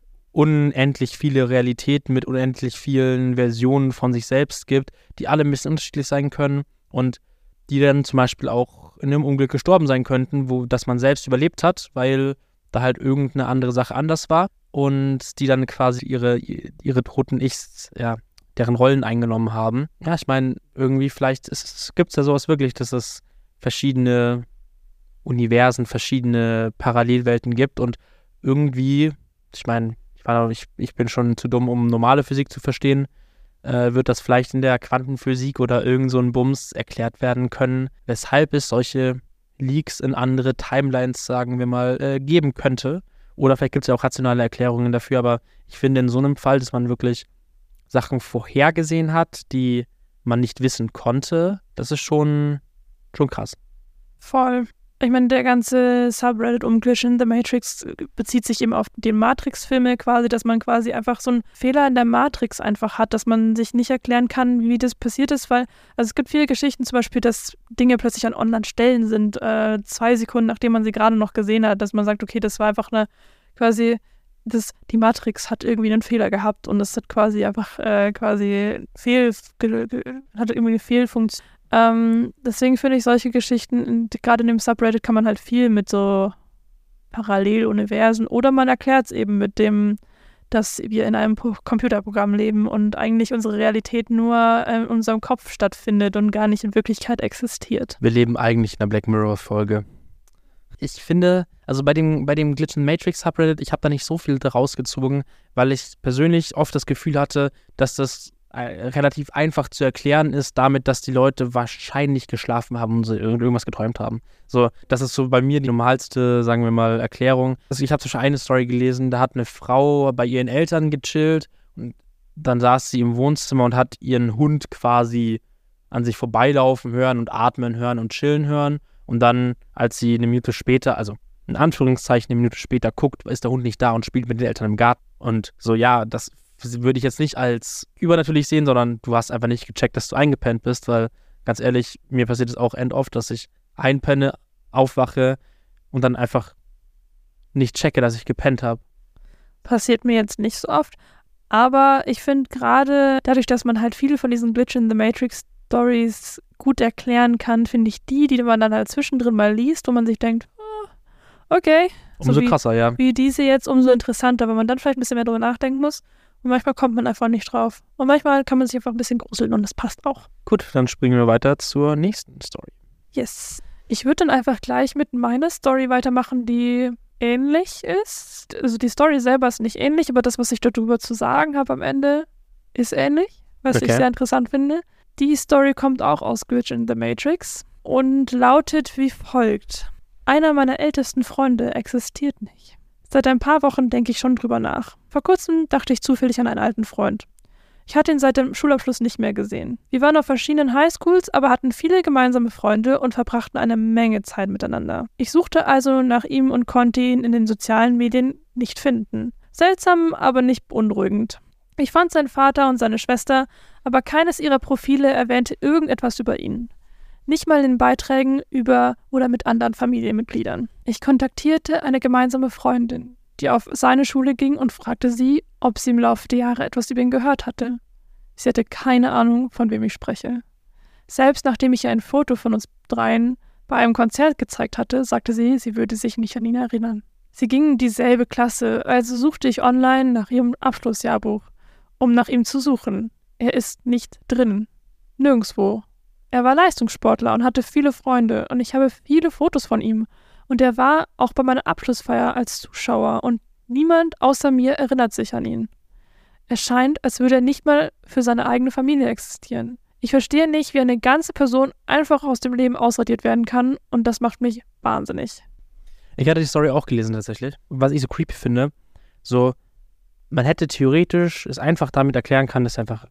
unendlich viele Realitäten mit unendlich vielen Versionen von sich selbst gibt, die alle ein bisschen unterschiedlich sein können und die dann zum Beispiel auch in einem Unglück gestorben sein könnten, wo das man selbst überlebt hat, weil da halt irgendeine andere Sache anders war und die dann quasi ihre toten Ichs, ja, deren Rollen eingenommen haben. Ja, ich meine, irgendwie vielleicht gibt es ja sowas wirklich, dass es verschiedene Universen, verschiedene Parallelwelten gibt und irgendwie, ich meine, ich bin schon zu dumm, um normale Physik zu verstehen, wird das vielleicht in der Quantenphysik oder irgend so ein Bums erklärt werden können, weshalb es solche Leaks in andere Timelines, sagen wir mal, geben könnte. Oder vielleicht gibt es ja auch rationale Erklärungen dafür, aber ich finde in so einem Fall, dass man wirklich Sachen vorhergesehen hat, die man nicht wissen konnte, das ist schon krass. Voll. Ich meine, der ganze Subreddit um Glitch in the Matrix bezieht sich eben auf die Matrix-Filme quasi, dass man quasi einfach so einen Fehler in der Matrix einfach hat, dass man sich nicht erklären kann, wie das passiert ist, weil, also es gibt viele Geschichten, zum Beispiel, dass Dinge plötzlich an anderen Stellen sind, 2 Sekunden, nachdem man sie gerade noch gesehen hat, dass man sagt, okay, das war einfach die Matrix hat irgendwie einen Fehler gehabt und es hat quasi einfach hat irgendwie eine Fehlfunktion. Deswegen finde ich solche Geschichten, gerade in dem Subreddit kann man halt viel mit so Paralleluniversen oder man erklärt es eben mit dem, dass wir in einem Computerprogramm leben und eigentlich unsere Realität nur in unserem Kopf stattfindet und gar nicht in Wirklichkeit existiert. Wir leben eigentlich in einer Black Mirror-Folge. Ich finde, also bei dem Glitch in Matrix Subreddit, ich habe da nicht so viel daraus gezogen, weil ich persönlich oft das Gefühl hatte, dass das relativ einfach zu erklären ist, damit, dass die Leute wahrscheinlich geschlafen haben und sie irgendwas geträumt haben. So, das ist so bei mir die normalste, sagen wir mal, Erklärung. Also ich habe zum Beispiel eine Story gelesen, da hat eine Frau bei ihren Eltern gechillt und dann saß sie im Wohnzimmer und hat ihren Hund quasi an sich vorbeilaufen hören und atmen hören und chillen hören. Und dann, als sie eine Minute später, also in Anführungszeichen eine Minute später guckt, ist der Hund nicht da und spielt mit den Eltern im Garten. Und so, ja, das würde ich jetzt nicht als übernatürlich sehen, sondern du hast einfach nicht gecheckt, dass du eingepennt bist, weil, ganz ehrlich, mir passiert es auch oft, dass ich einpenne, aufwache und dann einfach nicht checke, dass ich gepennt habe. Passiert mir jetzt nicht so oft, aber ich finde gerade dadurch, dass man halt viele von diesen Glitch in the Matrix Stories gut erklären kann, finde ich die man dann halt zwischendrin mal liest, wo man sich denkt, okay. Umso krasser, ja. Wie diese jetzt, umso interessanter, weil man dann vielleicht ein bisschen mehr drüber nachdenken muss. Und manchmal kommt man einfach nicht drauf. Und manchmal kann man sich einfach ein bisschen gruseln und das passt auch. Gut, dann springen wir weiter zur nächsten Story. Yes. Ich würde dann einfach gleich mit meiner Story weitermachen, die ähnlich ist. Also die Story selber ist nicht ähnlich, aber das, was ich darüber zu sagen habe am Ende, ist ähnlich, was ich sehr interessant finde. Die Story kommt auch aus Glitch in the Matrix und lautet wie folgt. Einer meiner ältesten Freunde existiert nicht. Seit ein paar Wochen denke ich schon drüber nach. Vor kurzem dachte ich zufällig an einen alten Freund. Ich hatte ihn seit dem Schulabschluss nicht mehr gesehen. Wir waren auf verschiedenen Highschools, aber hatten viele gemeinsame Freunde und verbrachten eine Menge Zeit miteinander. Ich suchte also nach ihm und konnte ihn in den sozialen Medien nicht finden. Seltsam, aber nicht beunruhigend. Ich fand seinen Vater und seine Schwester, aber keines ihrer Profile erwähnte irgendetwas über ihn. Nicht mal in Beiträgen über oder mit anderen Familienmitgliedern. Ich kontaktierte eine gemeinsame Freundin, die auf seine Schule ging und fragte sie, ob sie im Laufe der Jahre etwas über ihn gehört hatte. Sie hatte keine Ahnung, von wem ich spreche. Selbst nachdem ich ihr ein Foto von uns dreien bei einem Konzert gezeigt hatte, sagte sie, sie würde sich nicht an ihn erinnern. Sie ging in dieselbe Klasse, also suchte ich online nach ihrem Abschlussjahrbuch, um nach ihm zu suchen. Er ist nicht drin. Nirgendwo. Er war Leistungssportler und hatte viele Freunde und ich habe viele Fotos von ihm. Und er war auch bei meiner Abschlussfeier als Zuschauer und niemand außer mir erinnert sich an ihn. Es scheint, als würde er nicht mal für seine eigene Familie existieren. Ich verstehe nicht, wie eine ganze Person einfach aus dem Leben ausradiert werden kann und das macht mich wahnsinnig. Ich hatte die Story auch gelesen tatsächlich. Was ich so creepy finde, so, man hätte theoretisch es einfach damit erklären können, dass einfach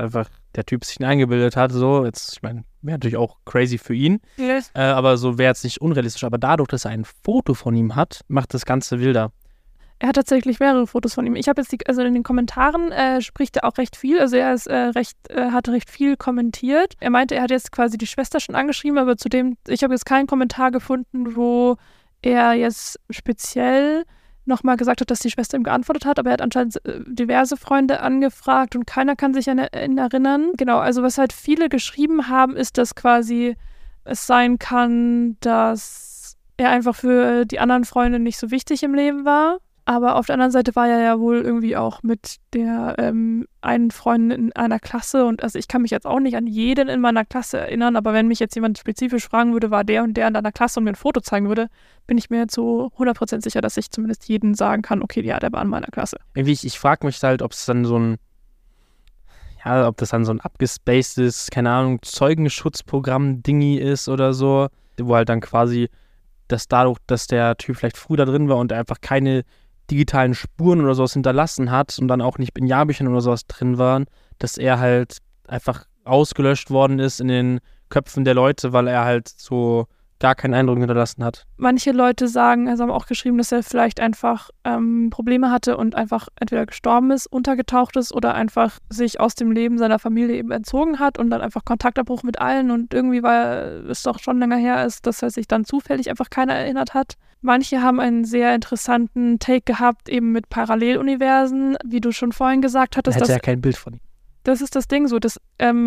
der Typ sich eingebildet hat, so, jetzt, ich meine, wäre natürlich auch crazy für ihn, Yes. Aber so wäre jetzt nicht unrealistisch, aber dadurch, dass er ein Foto von ihm hat, macht das Ganze wilder. Er hat tatsächlich mehrere Fotos von ihm. Ich habe jetzt also in den Kommentaren spricht er auch recht viel, also er ist hat recht viel kommentiert. Er meinte, er hat jetzt quasi die Schwester schon angeschrieben, aber ich habe jetzt keinen Kommentar gefunden, wo er jetzt speziell nochmal gesagt hat, dass die Schwester ihm geantwortet hat, aber er hat anscheinend diverse Freunde angefragt und keiner kann sich an ihn erinnern. Genau, also was halt viele geschrieben haben, ist, dass quasi es sein kann, dass er einfach für die anderen Freunde nicht so wichtig im Leben war. Aber auf der anderen Seite war er ja wohl irgendwie auch mit der einen Freundin in einer Klasse und also ich kann mich jetzt auch nicht an jeden in meiner Klasse erinnern, aber wenn mich jetzt jemand spezifisch fragen würde, war der und der in deiner Klasse und mir ein Foto zeigen würde, bin ich mir zu 100% sicher, dass ich zumindest jeden sagen kann, okay, ja, der war in meiner Klasse. Irgendwie, ich frage mich halt, ob es dann so ein, ja, ob das dann so ein abgespacedes, keine Ahnung, Zeugenschutzprogramm-Dingi ist oder so, wo halt dann quasi, dass dadurch, dass der Typ vielleicht früh da drin war und einfach keine digitalen Spuren oder sowas hinterlassen hat und dann auch nicht in Jahrbüchern oder sowas drin waren, dass er halt einfach ausgelöscht worden ist in den Köpfen der Leute, weil er halt so gar keinen Eindruck hinterlassen hat. Manche Leute sagen, also haben auch geschrieben, dass er vielleicht einfach Probleme hatte und einfach entweder gestorben ist, untergetaucht ist oder einfach sich aus dem Leben seiner Familie eben entzogen hat und dann einfach Kontaktabbruch mit allen und irgendwie war es doch schon länger her ist, dass er sich dann zufällig einfach keiner erinnert hat. Manche haben einen sehr interessanten Take gehabt, eben mit Paralleluniversen, wie du schon vorhin gesagt hattest. Er hatte ja kein Bild von ihm. Das ist das Ding so, dass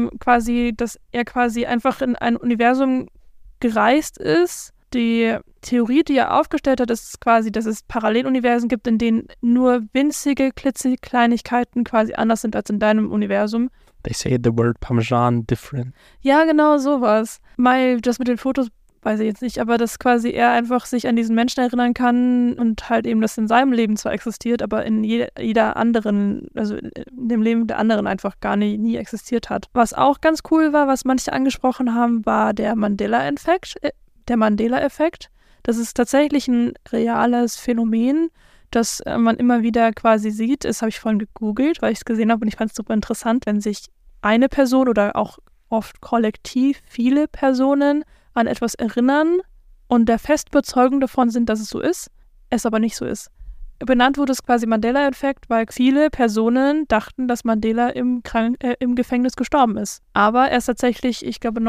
er quasi einfach in ein Universum gereist ist. Die Theorie, die er aufgestellt hat, ist quasi, dass es Paralleluniversen gibt, in denen nur winzige, klitzekleinigkeiten quasi anders sind als in deinem Universum. They say the word Parmesan different. Ja, genau sowas. Mal das mit den Fotos weiß ich jetzt nicht, aber dass quasi er einfach sich an diesen Menschen erinnern kann und halt eben das in seinem Leben zwar existiert, aber in jeder anderen, also in dem Leben der anderen einfach gar nie existiert hat. Was auch ganz cool war, was manche angesprochen haben, war der Mandela-Effekt. Das ist tatsächlich ein reales Phänomen, das man immer wieder quasi sieht. Das habe ich vorhin gegoogelt, weil ich es gesehen habe und ich fand es super interessant, wenn sich eine Person oder auch oft kollektiv viele Personen an etwas erinnern und der Festüberzeugung davon sind, dass es so ist, es aber nicht so ist. Benannt wurde es quasi Mandela-Effekt, weil viele Personen dachten, dass Mandela im Gefängnis gestorben ist. Aber er ist tatsächlich, ich glaube,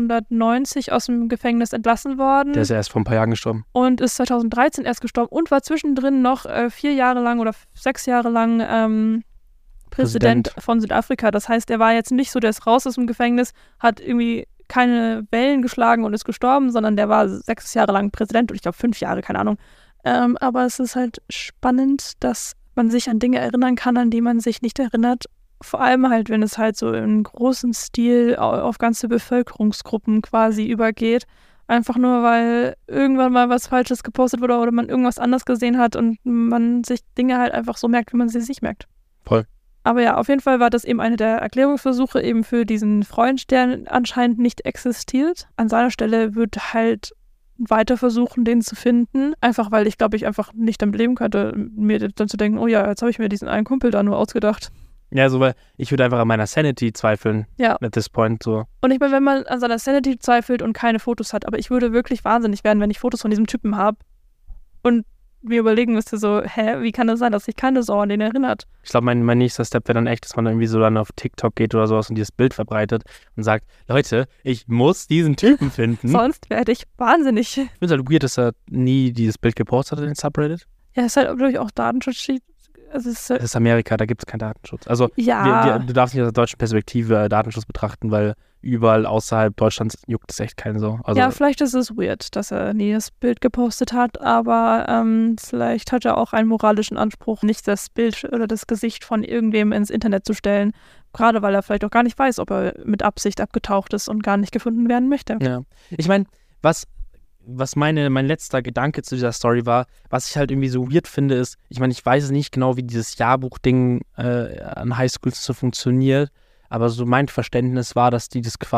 1990 aus dem Gefängnis entlassen worden. Der ist ja erst vor ein paar Jahren gestorben. Und ist 2013 erst gestorben und war zwischendrin noch 4 Jahre lang oder 6 Jahre lang Präsident von Südafrika. Das heißt, er war jetzt nicht so, der ist raus aus dem Gefängnis, hat irgendwie keine Wellen geschlagen und ist gestorben, sondern der war 6 Jahre lang Präsident und ich glaube 5 Jahre, keine Ahnung. Aber es ist halt spannend, dass man sich an Dinge erinnern kann, an die man sich nicht erinnert. Vor allem halt, wenn es halt so im großen Stil auf ganze Bevölkerungsgruppen quasi übergeht. Einfach nur, weil irgendwann mal was Falsches gepostet wurde oder man irgendwas anders gesehen hat und man sich Dinge halt einfach so merkt, wie man sie sich merkt. Voll. Aber ja, auf jeden Fall war das eben eine der Erklärungsversuche eben für diesen Freund, der anscheinend nicht existiert. An seiner Stelle wird halt weiter versuchen, den zu finden. Einfach, weil ich glaube, ich einfach nicht damit leben könnte, mir dann zu denken, oh ja, jetzt habe ich mir diesen einen Kumpel da nur ausgedacht. Ja, so, weil ich würde einfach an meiner Sanity zweifeln. Ja. At this point, so. Und ich meine, wenn man an seiner Sanity zweifelt und keine Fotos hat, aber ich würde wirklich wahnsinnig werden, wenn ich Fotos von diesem Typen habe und mir überlegen müsste so, wie kann das sein, dass sich keine Sau an den erinnert? Ich glaube, mein nächster Step wäre dann echt, dass man irgendwie so dann auf TikTok geht oder sowas und dieses Bild verbreitet und sagt, Leute, ich muss diesen Typen finden. Sonst werde ich wahnsinnig. Ich finde es halt weird, dass er nie dieses Bild gepostet hat in den Subreddit. Ja, es ist halt natürlich auch Datenschutz. Also es ist Amerika, da gibt es keinen Datenschutz. Also ja. Du darfst nicht aus der deutschen Perspektive Datenschutz betrachten, weil überall außerhalb Deutschlands juckt es echt keinen so. Also, ja, vielleicht ist es weird, dass er nie das Bild gepostet hat, aber vielleicht hat er auch einen moralischen Anspruch, nicht das Bild oder das Gesicht von irgendwem ins Internet zu stellen, gerade weil er vielleicht auch gar nicht weiß, ob er mit Absicht abgetaucht ist und gar nicht gefunden werden möchte. Ja, ich meine, was mein letzter Gedanke zu dieser Story war, was ich halt irgendwie so weird finde, ist, ich meine, ich weiß nicht genau, wie dieses Jahrbuch-Ding an Highschools so funktioniert, aber so mein Verständnis war, dass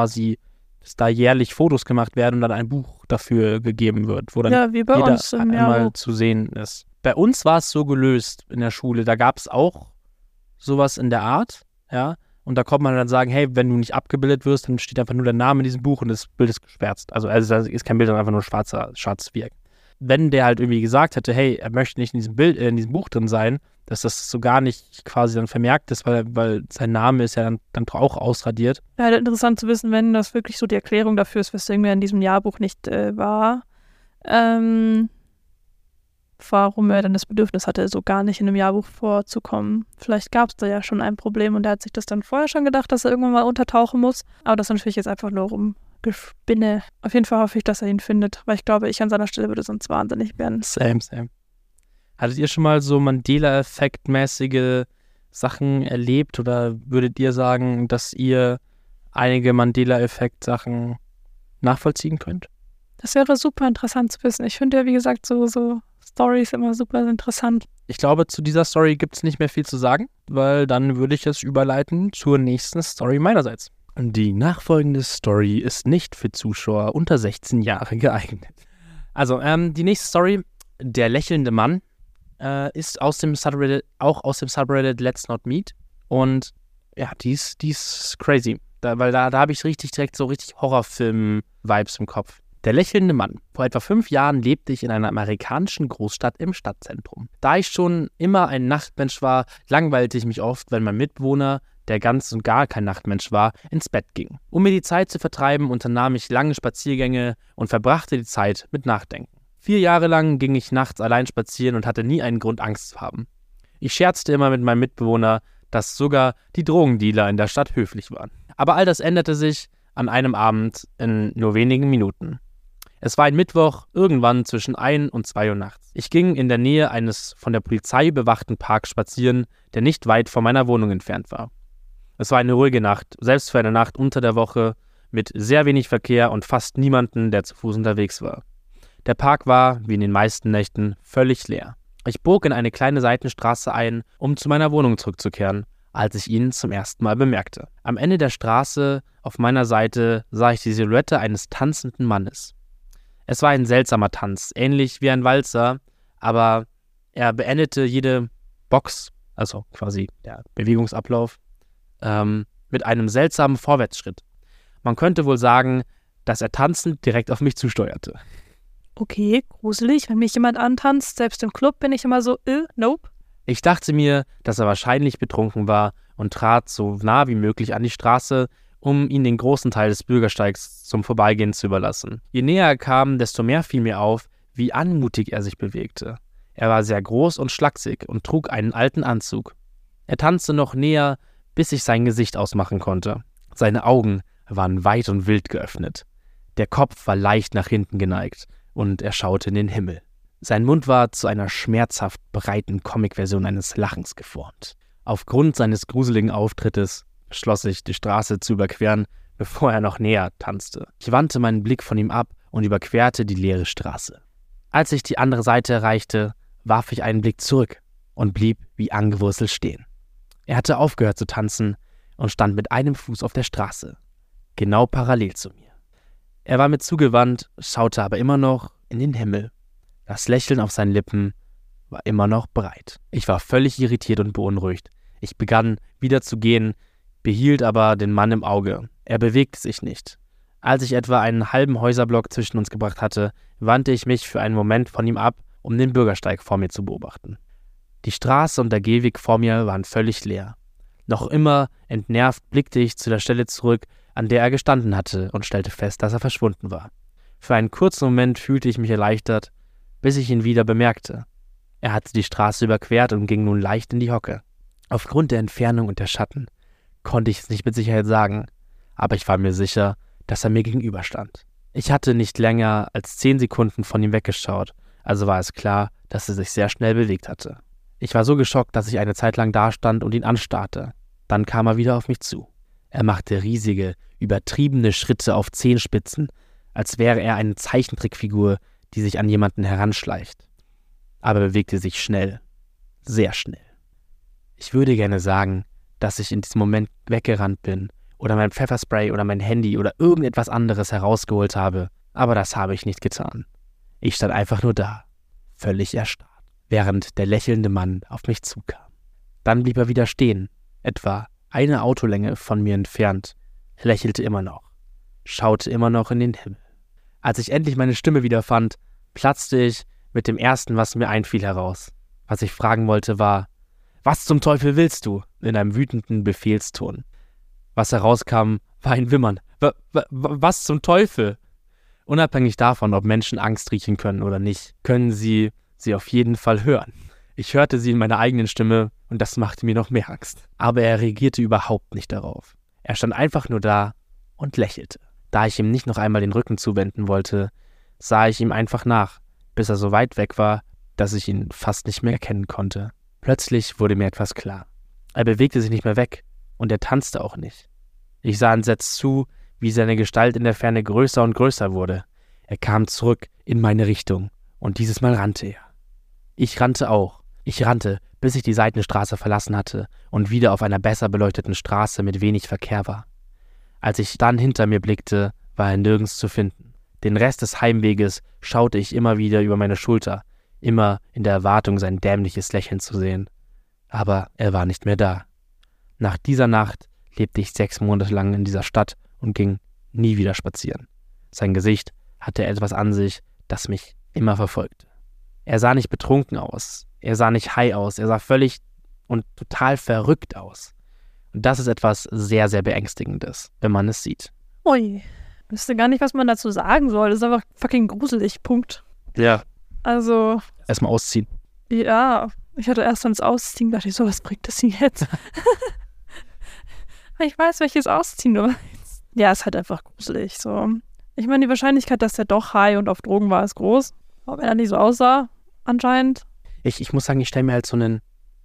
dass da jährlich Fotos gemacht werden und dann ein Buch dafür gegeben wird, wo dann wie bei jeder uns einmal zu sehen ist. Bei uns war es so gelöst in der Schule, da gab es auch sowas in der Art, ja, und da konnte man dann sagen, hey, wenn du nicht abgebildet wirst, dann steht einfach nur der Name in diesem Buch und das Bild ist geschwärzt. Also das ist kein Bild, sondern einfach nur schwarz wirkt. Wenn der halt irgendwie gesagt hätte, hey, er möchte nicht in diesem Buch drin sein, dass das so gar nicht quasi dann vermerkt ist, weil sein Name ist ja dann auch ausradiert. Ja, interessant zu wissen, wenn das wirklich so die Erklärung dafür ist, weswegen er in diesem Jahrbuch nicht war. Warum er dann das Bedürfnis hatte, so gar nicht in einem Jahrbuch vorzukommen. Vielleicht gab es da ja schon ein Problem und er hat sich das dann vorher schon gedacht, dass er irgendwann mal untertauchen muss. Aber das ist natürlich jetzt einfach nur Rumgespinne. Auf jeden Fall hoffe ich, dass er ihn findet, weil ich glaube, ich an seiner Stelle würde sonst wahnsinnig werden. Same. Hattet ihr schon mal so Mandela-Effekt-mäßige Sachen erlebt oder würdet ihr sagen, dass ihr einige Mandela-Effekt-Sachen nachvollziehen könnt? Das wäre super interessant zu wissen. Ich finde ja, wie gesagt, so Storys immer super interessant. Ich glaube, zu dieser Story gibt es nicht mehr viel zu sagen, weil dann würde ich es überleiten zur nächsten Story meinerseits. Die nachfolgende Story ist nicht für Zuschauer unter 16 Jahre geeignet. Also, die nächste Story, der lächelnde Mann, ist auch aus dem Subreddit Let's Not Meet. Und ja, die ist crazy, weil da habe ich direkt so richtig Horrorfilm-Vibes im Kopf. Der lächelnde Mann. Vor etwa 5 Jahren lebte ich in einer amerikanischen Großstadt im Stadtzentrum. Da ich schon immer ein Nachtmensch war, langweilte ich mich oft, wenn mein Mitbewohner, der ganz und gar kein Nachtmensch war, ins Bett ging. Um mir die Zeit zu vertreiben, unternahm ich lange Spaziergänge und verbrachte die Zeit mit Nachdenken. 4 Jahre lang ging ich nachts allein spazieren und hatte nie einen Grund, Angst zu haben. Ich scherzte immer mit meinem Mitbewohner, dass sogar die Drogendealer in der Stadt höflich waren. Aber all das änderte sich an einem Abend in nur wenigen Minuten. Es war ein Mittwoch, irgendwann zwischen 1 und 2 Uhr nachts. Ich ging in der Nähe eines von der Polizei bewachten Parks spazieren, der nicht weit von meiner Wohnung entfernt war. Es war eine ruhige Nacht, selbst für eine Nacht unter der Woche, mit sehr wenig Verkehr und fast niemanden, der zu Fuß unterwegs war. Der Park war, wie in den meisten Nächten, völlig leer. Ich bog in eine kleine Seitenstraße ein, um zu meiner Wohnung zurückzukehren, als ich ihn zum ersten Mal bemerkte. Am Ende der Straße, auf meiner Seite, sah ich die Silhouette eines tanzenden Mannes. Es war ein seltsamer Tanz, ähnlich wie ein Walzer, aber er beendete jede Box, also quasi der Bewegungsablauf, mit einem seltsamen Vorwärtsschritt. Man könnte wohl sagen, dass er tanzend direkt auf mich zusteuerte. Okay, gruselig, wenn mich jemand antanzt. Selbst im Club bin ich immer so, nope. Ich dachte mir, dass er wahrscheinlich betrunken war und trat so nah wie möglich an die Straße, um ihn den großen Teil des Bürgersteigs zum Vorbeigehen zu überlassen. Je näher er kam, desto mehr fiel mir auf, wie anmutig er sich bewegte. Er war sehr groß und schlaksig und trug einen alten Anzug. Er tanzte noch näher, bis ich sein Gesicht ausmachen konnte. Seine Augen waren weit und wild geöffnet. Der Kopf war leicht nach hinten geneigt und er schaute in den Himmel. Sein Mund war zu einer schmerzhaft breiten Comicversion eines Lachens geformt. Aufgrund seines gruseligen Auftrittes beschloss ich, die Straße zu überqueren, bevor er noch näher tanzte. Ich wandte meinen Blick von ihm ab und überquerte die leere Straße. Als ich die andere Seite erreichte, warf ich einen Blick zurück und blieb wie angewurzelt stehen. Er hatte aufgehört zu tanzen und stand mit einem Fuß auf der Straße, genau parallel zu mir. Er war mir zugewandt, schaute aber immer noch in den Himmel. Das Lächeln auf seinen Lippen war immer noch breit. Ich war völlig irritiert und beunruhigt. Ich begann wieder zu gehen, behielt aber den Mann im Auge. Er bewegte sich nicht. Als ich etwa einen halben Häuserblock zwischen uns gebracht hatte, wandte ich mich für einen Moment von ihm ab, um den Bürgersteig vor mir zu beobachten. Die Straße und der Gehweg vor mir waren völlig leer. Noch immer entnervt blickte ich zu der Stelle zurück, an der er gestanden hatte, und stellte fest, dass er verschwunden war. Für einen kurzen Moment fühlte ich mich erleichtert, bis ich ihn wieder bemerkte. Er hatte die Straße überquert und ging nun leicht in die Hocke. Aufgrund der Entfernung und der Schatten konnte ich es nicht mit Sicherheit sagen, aber ich war mir sicher, dass er mir gegenüberstand. Ich hatte nicht länger als 10 Sekunden von ihm weggeschaut, also war es klar, dass er sich sehr schnell bewegt hatte. Ich war so geschockt, dass ich eine Zeit lang dastand und ihn anstarrte. Dann kam er wieder auf mich zu. Er machte riesige, übertriebene Schritte auf Zehenspitzen, als wäre er eine Zeichentrickfigur, die sich an jemanden heranschleicht. Aber er bewegte sich schnell, sehr schnell. Ich würde gerne sagen, dass ich in diesem Moment weggerannt bin oder mein Pfefferspray oder mein Handy oder irgendetwas anderes herausgeholt habe, aber das habe ich nicht getan. Ich stand einfach nur da, völlig erstarrt, während der lächelnde Mann auf mich zukam. Dann blieb er wieder stehen, etwa eine Autolänge von mir entfernt, lächelte immer noch, schaute immer noch in den Himmel. Als ich endlich meine Stimme wieder fand, platzte ich mit dem Ersten, was mir einfiel, heraus. Was ich fragen wollte, war: »Was zum Teufel willst du?« in einem wütenden Befehlston. Was herauskam, war ein Wimmern. Was zum Teufel? Unabhängig davon, ob Menschen Angst riechen können oder nicht, können sie auf jeden Fall hören. Ich hörte sie in meiner eigenen Stimme und das machte mir noch mehr Angst. Aber er reagierte überhaupt nicht darauf. Er stand einfach nur da und lächelte. Da ich ihm nicht noch einmal den Rücken zuwenden wollte, sah ich ihm einfach nach, bis er so weit weg war, dass ich ihn fast nicht mehr erkennen konnte. Plötzlich wurde mir etwas klar. Er bewegte sich nicht mehr weg und er tanzte auch nicht. Ich sah entsetzt zu, wie seine Gestalt in der Ferne größer und größer wurde. Er kam zurück in meine Richtung und dieses Mal rannte er. Ich rannte auch. Ich rannte, bis ich die Seitenstraße verlassen hatte und wieder auf einer besser beleuchteten Straße mit wenig Verkehr war. Als ich dann hinter mir blickte, war er nirgends zu finden. Den Rest des Heimweges schaute ich immer wieder über meine Schulter, immer in der Erwartung, sein dämliches Lächeln zu sehen. Aber er war nicht mehr da. Nach dieser Nacht lebte ich 6 Monate lang in dieser Stadt und ging nie wieder spazieren. Sein Gesicht hatte etwas an sich, das mich immer verfolgte. Er sah nicht betrunken aus, er sah nicht high aus, er sah völlig und total verrückt aus. Und das ist etwas sehr, sehr Beängstigendes, wenn man es sieht. Ui, ich wüsste gar nicht, was man dazu sagen soll. Das ist einfach fucking gruselig, Punkt. Ja. Also, Erstmal ausziehen. ja, ich hatte erst ans Ausziehen gedacht, ich so, was bringt das denn jetzt? Ich weiß, welches Ausziehen du meinst. Ja, ist halt einfach gruselig, so. Ich meine, die Wahrscheinlichkeit, dass der doch high und auf Drogen war, ist groß. Aber wenn er nicht so aussah, anscheinend. Ich muss sagen, ich stelle mir halt so einen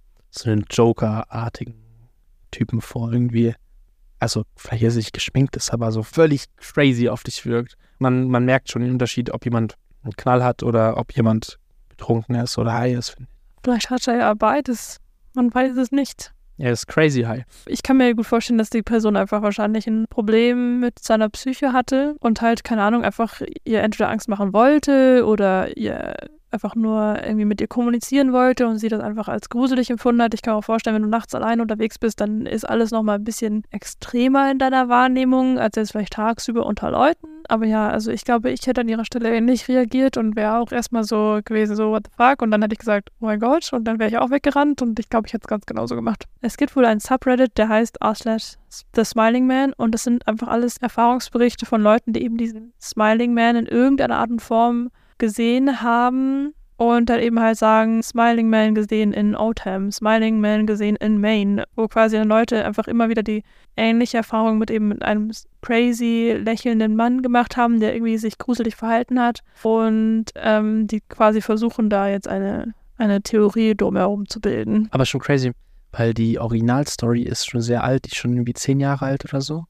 Joker-artigen Typen vor, irgendwie. Also, vielleicht ist er nicht geschminkt ist, aber so völlig crazy auf dich wirkt. Man merkt schon den Unterschied, ob jemand einen Knall hat oder ob jemand betrunken ist oder high ist. Vielleicht hat er ja beides. Man weiß es nicht. Er ist crazy high. Ich kann mir gut vorstellen, dass die Person einfach wahrscheinlich ein Problem mit seiner Psyche hatte und halt, keine Ahnung, einfach ihr entweder Angst machen wollte oder ihr einfach nur irgendwie mit ihr kommunizieren wollte und sie das einfach als gruselig empfunden hat. Ich kann mir auch vorstellen, wenn du nachts allein unterwegs bist, dann ist alles nochmal ein bisschen extremer in deiner Wahrnehmung, als jetzt vielleicht tagsüber unter Leuten. Aber ja, also ich glaube, ich hätte an ihrer Stelle ähnlich reagiert und wäre auch erstmal so gewesen, so what the fuck? Und dann hätte ich gesagt, oh mein Gott, und dann wäre ich auch weggerannt und ich glaube, ich hätte es ganz genauso gemacht. Es gibt wohl ein Subreddit, der heißt r/The Smiling Man und das sind einfach alles Erfahrungsberichte von Leuten, die eben diesen Smiling Man in irgendeiner Art und Form gesehen haben und dann eben halt sagen, Smiling Man gesehen in Oldham, Smiling Man gesehen in Maine, wo quasi dann Leute einfach immer wieder die ähnliche Erfahrung mit eben einem crazy lächelnden Mann gemacht haben, der irgendwie sich gruselig verhalten hat und die quasi versuchen da jetzt eine Theorie drumherum zu bilden. Aber schon crazy, weil die Originalstory ist schon sehr alt, die ist schon irgendwie 10 Jahre alt oder so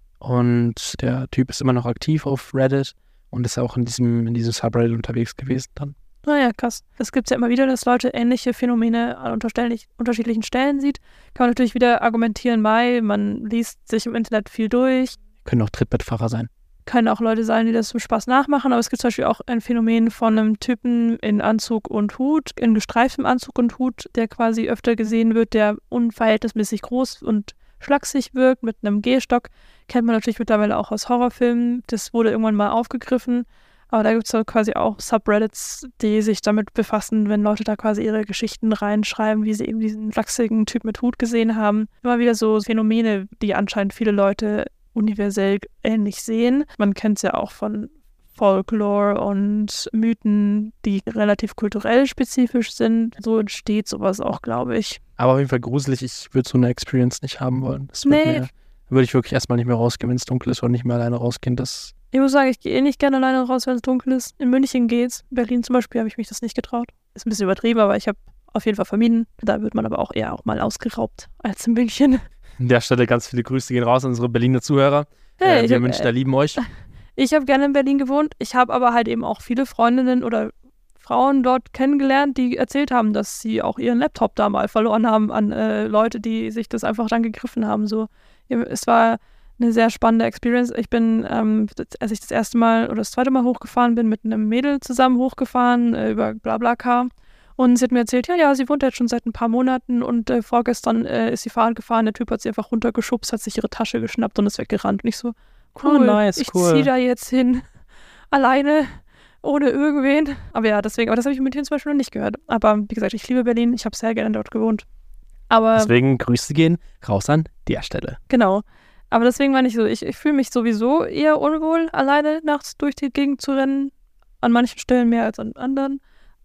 und der Typ ist immer noch aktiv auf Reddit und ist auch in diesem Subreddit unterwegs gewesen dann. Naja, krass. Es gibt ja immer wieder, dass Leute ähnliche Phänomene an unterschiedlichen Stellen sieht. Kann man natürlich wieder argumentieren, man liest sich im Internet viel durch. Können auch Trittbettfahrer sein. Können auch Leute sein, die das zum Spaß nachmachen, aber es gibt zum Beispiel auch ein Phänomen von einem Typen in Anzug und Hut, in gestreiftem Anzug und Hut, der quasi öfter gesehen wird, der unverhältnismäßig groß und schlaksig wirkt mit einem Gehstock. Kennt man natürlich mittlerweile auch aus Horrorfilmen. Das wurde irgendwann mal aufgegriffen. Aber da gibt es quasi auch Subreddits, die sich damit befassen, wenn Leute da quasi ihre Geschichten reinschreiben, wie sie eben diesen flachsigen Typ mit Hut gesehen haben. Immer wieder so Phänomene, die anscheinend viele Leute universell ähnlich sehen. Man kennt es ja auch von Folklore und Mythen, die relativ kulturell spezifisch sind. So entsteht sowas auch, glaube ich. Aber auf jeden Fall gruselig. Ich würde so eine Experience nicht haben wollen. Würde ich wirklich erstmal nicht mehr rausgehen, wenn es dunkel ist oder nicht mehr alleine rausgehen. Ich muss sagen, ich gehe nicht gerne alleine raus, wenn es dunkel ist. In München geht's. In Berlin zum Beispiel habe ich mich das nicht getraut. Ist ein bisschen übertrieben, aber ich habe auf jeden Fall vermieden. Da wird man aber auch eher auch mal ausgeraubt als in München. An der Stelle ganz viele Grüße gehen raus an unsere Berliner Zuhörer. Hey, wir Münchner lieben euch. Ich habe gerne in Berlin gewohnt. Ich habe aber halt eben auch viele Freundinnen oder Frauen dort kennengelernt, die erzählt haben, dass sie auch ihren Laptop da mal verloren haben an Leute, die sich das einfach dann gegriffen haben. So, es war eine sehr spannende Experience. Ich bin, als ich das erste Mal oder das zweite Mal hochgefahren bin, mit einem Mädel zusammen hochgefahren über BlaBlaCar. Und sie hat mir erzählt, ja, sie wohnt jetzt schon seit ein paar Monaten und vorgestern ist sie Fahrrad gefahren. Der Typ hat sie einfach runtergeschubst, hat sich ihre Tasche geschnappt und ist weggerannt. Und ich so, cool, nice, ich ziehe da jetzt hin, alleine, ohne irgendwen. Aber ja, deswegen, aber das habe ich in München zum Beispiel noch nicht gehört. Aber wie gesagt, ich liebe Berlin, ich habe sehr gerne dort gewohnt. Aber deswegen Grüße gehen raus an der Stelle. Genau. Aber deswegen meine ich so, ich fühle mich sowieso eher unwohl, alleine nachts durch die Gegend zu rennen. An manchen Stellen mehr als an anderen.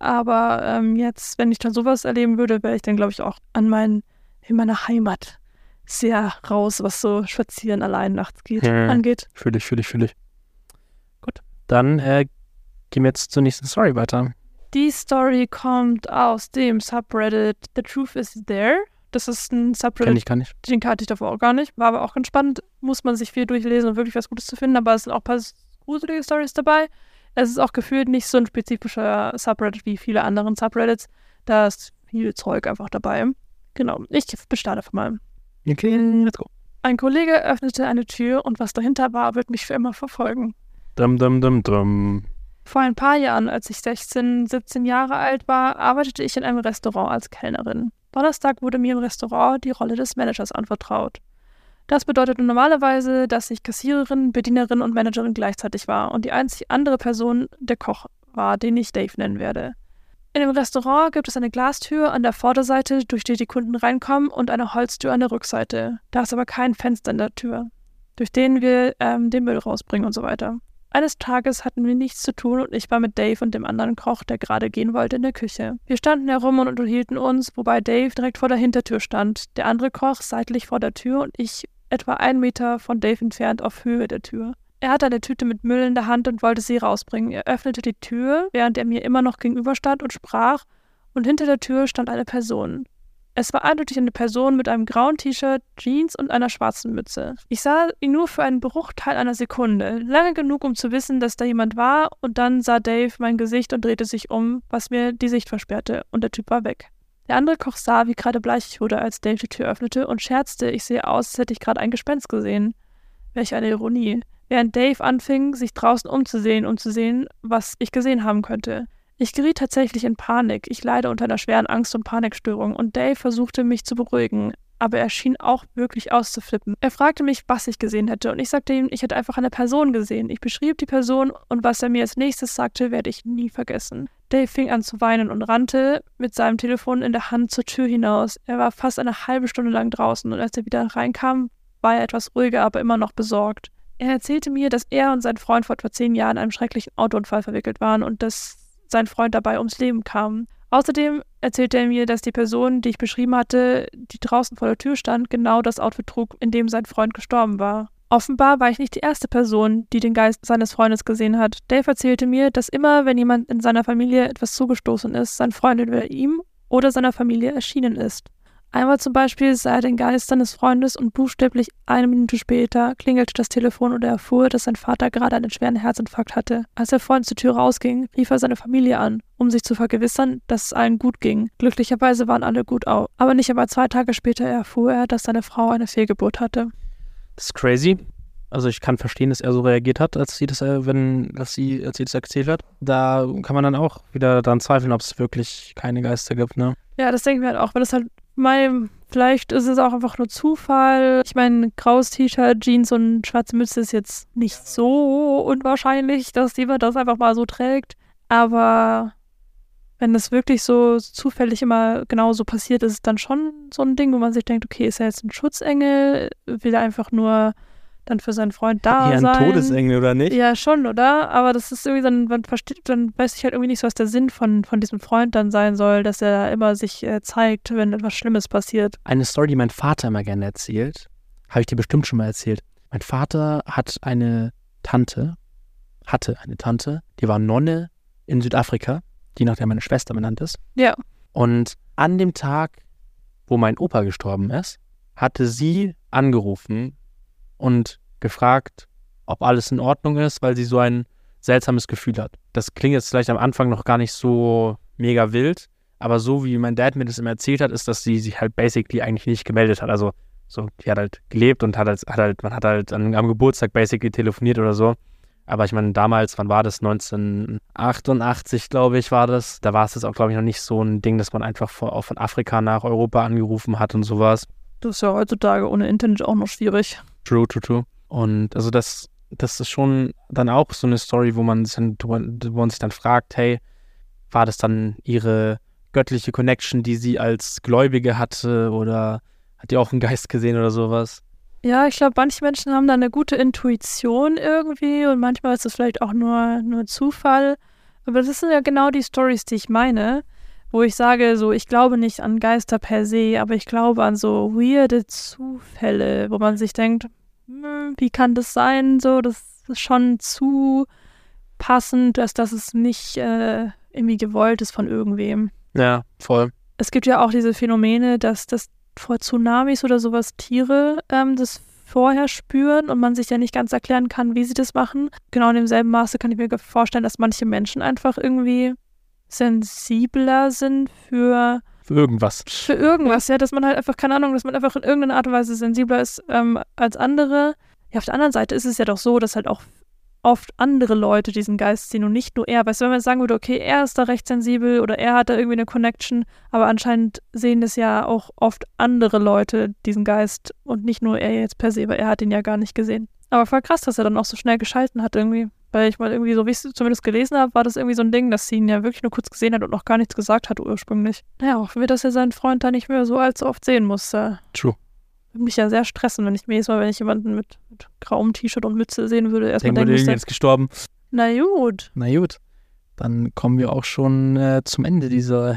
Aber jetzt, wenn ich dann sowas erleben würde, wäre ich dann, glaube ich, auch in meiner Heimat sehr raus, was so Spazieren allein nachts angeht. Fühle ich. Gut, dann gehen wir jetzt zur nächsten Story weiter. Die Story kommt aus dem Subreddit The Truth is There. Das ist ein Subreddit, den kannte ich davor auch gar nicht. War aber auch ganz spannend. Muss man sich viel durchlesen, um wirklich was Gutes zu finden. Aber es sind auch ein paar gruselige Stories dabei. Es ist auch gefühlt nicht so ein spezifischer Subreddit wie viele anderen Subreddits. Da ist viel Zeug einfach dabei. Genau, ich bestarte einfach mal. Okay, let's go. Ein Kollege öffnete eine Tür und was dahinter war, wird mich für immer verfolgen. Dum, dum, dum, dum. Vor ein paar Jahren, als ich 16, 17 Jahre alt war, arbeitete ich in einem Restaurant als Kellnerin. Donnerstag wurde mir im Restaurant die Rolle des Managers anvertraut. Das bedeutete normalerweise, dass ich Kassiererin, Bedienerin und Managerin gleichzeitig war und die einzig andere Person der Koch war, den ich Dave nennen werde. In dem Restaurant gibt es eine Glastür an der Vorderseite, durch die die Kunden reinkommen, und eine Holztür an der Rückseite. Da ist aber kein Fenster in der Tür, durch den wir den Müll rausbringen und so weiter. Eines Tages hatten wir nichts zu tun und ich war mit Dave und dem anderen Koch, der gerade gehen wollte, in der Küche. Wir standen herum und unterhielten uns, wobei Dave direkt vor der Hintertür stand, der andere Koch seitlich vor der Tür und ich etwa 1 Meter von Dave entfernt auf Höhe der Tür. Er hatte eine Tüte mit Müll in der Hand und wollte sie rausbringen. Er öffnete die Tür, während er mir immer noch gegenüberstand und sprach, und hinter der Tür stand eine Person. Es war eindeutig eine Person mit einem grauen T-Shirt, Jeans und einer schwarzen Mütze. Ich sah ihn nur für einen Bruchteil einer Sekunde, lange genug, um zu wissen, dass da jemand war, und dann sah Dave mein Gesicht und drehte sich um, was mir die Sicht versperrte, und der Typ war weg. Der andere Koch sah, wie gerade bleich ich wurde, als Dave die Tür öffnete, und scherzte, ich sehe aus, als hätte ich gerade ein Gespenst gesehen. Welch eine Ironie. Während Dave anfing, sich draußen umzusehen, um zu sehen, was ich gesehen haben könnte. Ich geriet tatsächlich in Panik. Ich leide unter einer schweren Angst- und Panikstörung und Dave versuchte, mich zu beruhigen, aber er schien auch wirklich auszuflippen. Er fragte mich, was ich gesehen hätte, und ich sagte ihm, ich hätte einfach eine Person gesehen. Ich beschrieb die Person, und was er mir als nächstes sagte, werde ich nie vergessen. Dave fing an zu weinen und rannte mit seinem Telefon in der Hand zur Tür hinaus. Er war fast eine halbe Stunde lang draußen, und als er wieder reinkam, war er etwas ruhiger, aber immer noch besorgt. Er erzählte mir, dass er und sein Freund vor etwa 10 Jahren in einem schrecklichen Autounfall verwickelt waren und dass sein Freund dabei ums Leben kam. Außerdem erzählte er mir, dass die Person, die ich beschrieben hatte, die draußen vor der Tür stand, genau das Outfit trug, in dem sein Freund gestorben war. Offenbar war ich nicht die erste Person, die den Geist seines Freundes gesehen hat. Dave erzählte mir, dass immer, wenn jemand in seiner Familie etwas zugestoßen ist, sein Freund entweder ihm oder seiner Familie erschienen ist. Einmal zum Beispiel sah er den Geist seines Freundes und buchstäblich 1 Minute später klingelte das Telefon und er erfuhr, dass sein Vater gerade einen schweren Herzinfarkt hatte. Als der Freund zur Tür rausging, rief er seine Familie an, um sich zu vergewissern, dass es allen gut ging. Glücklicherweise waren alle gut auf. Aber nicht einmal 2 Tage später erfuhr er, dass seine Frau eine Fehlgeburt hatte. Das ist crazy. Also ich kann verstehen, dass er so reagiert hat, als sie das erzählt hat. Da kann man dann auch wieder daran zweifeln, ob es wirklich keine Geister gibt, ne? Ja, das denken wir halt auch, weil das halt vielleicht ist es auch einfach nur Zufall. Ich meine, graues T-Shirt, Jeans und schwarze Mütze ist jetzt nicht so unwahrscheinlich, dass jemand das einfach mal so trägt. Aber wenn das wirklich so zufällig immer genau so passiert, ist es dann schon so ein Ding, wo man sich denkt, okay, ist er jetzt ein Schutzengel? Will er einfach nur dann für seinen Freund da sein? Eher ein Todesengel, oder nicht? Ja, schon, oder? Aber das ist irgendwie dann weiß ich halt irgendwie nicht so, was der Sinn von diesem Freund dann sein soll, dass er immer sich zeigt, wenn etwas Schlimmes passiert. Eine Story, die mein Vater immer gerne erzählt, habe ich dir bestimmt schon mal erzählt. Mein Vater hatte eine Tante, die war Nonne in Südafrika, die nach der meine Schwester benannt ist. Ja. Und an dem Tag, wo mein Opa gestorben ist, hatte sie angerufen und gefragt, ob alles in Ordnung ist, weil sie so ein seltsames Gefühl hat. Das klingt jetzt vielleicht am Anfang noch gar nicht so mega wild, aber so wie mein Dad mir das immer erzählt hat, ist, dass sie sich halt basically eigentlich nicht gemeldet hat. Also so, die hat halt gelebt und man hat halt am Geburtstag basically telefoniert oder so. Aber ich meine, damals, wann war das? 1988, glaube ich, war das. Da war es jetzt auch, glaube ich, noch nicht so ein Ding, dass man einfach von Afrika nach Europa angerufen hat und sowas. Das ist ja heutzutage ohne Internet auch noch schwierig. True. Und also das ist schon dann auch so eine Story, wo man sich dann fragt, hey, war das dann ihre göttliche Connection, die sie als Gläubige hatte, oder hat die auch einen Geist gesehen oder sowas? Ja, ich glaube, manche Menschen haben da eine gute Intuition irgendwie und manchmal ist es vielleicht auch nur Zufall. Aber das sind ja genau die Storys, die ich meine, wo ich sage, so, ich glaube nicht an Geister per se, aber ich glaube an so weirde Zufälle, wo man sich denkt, wie kann das sein? So, das ist schon zu passend, dass es nicht irgendwie gewollt ist von irgendwem. Ja, voll. Es gibt ja auch diese Phänomene, dass vor Tsunamis oder sowas Tiere das vorher spüren und man sich ja nicht ganz erklären kann, wie sie das machen. Genau in demselben Maße kann ich mir vorstellen, dass manche Menschen einfach irgendwie sensibler sind für irgendwas. Für irgendwas, ja, dass man halt einfach, keine Ahnung, dass man einfach in irgendeiner Art und Weise sensibler ist als andere. Ja, auf der anderen Seite ist es ja doch so, dass halt auch oft andere Leute diesen Geist sehen und nicht nur er. Weißt du, wenn man jetzt sagen würde, okay, er ist da recht sensibel oder er hat da irgendwie eine Connection, aber anscheinend sehen das ja auch oft andere Leute, diesen Geist, und nicht nur er jetzt per se, weil er hat ihn ja gar nicht gesehen. Aber voll krass, dass er dann auch so schnell geschalten hat irgendwie. Weil ich mal irgendwie, so wie ich es zumindest gelesen habe, war das irgendwie so ein Ding, dass sie ihn ja wirklich nur kurz gesehen hat und noch gar nichts gesagt hat ursprünglich. Naja, auch wie, dass er seinen Freund da nicht mehr so allzu oft sehen muss. True. Würde mich ja sehr stressen, wenn ich mir jedes Mal, wenn ich jemanden mit grauem T-Shirt und Mütze sehen würde, erstmal denken müsste, jetzt gestorben. Na gut. Dann kommen wir auch schon zum Ende dieser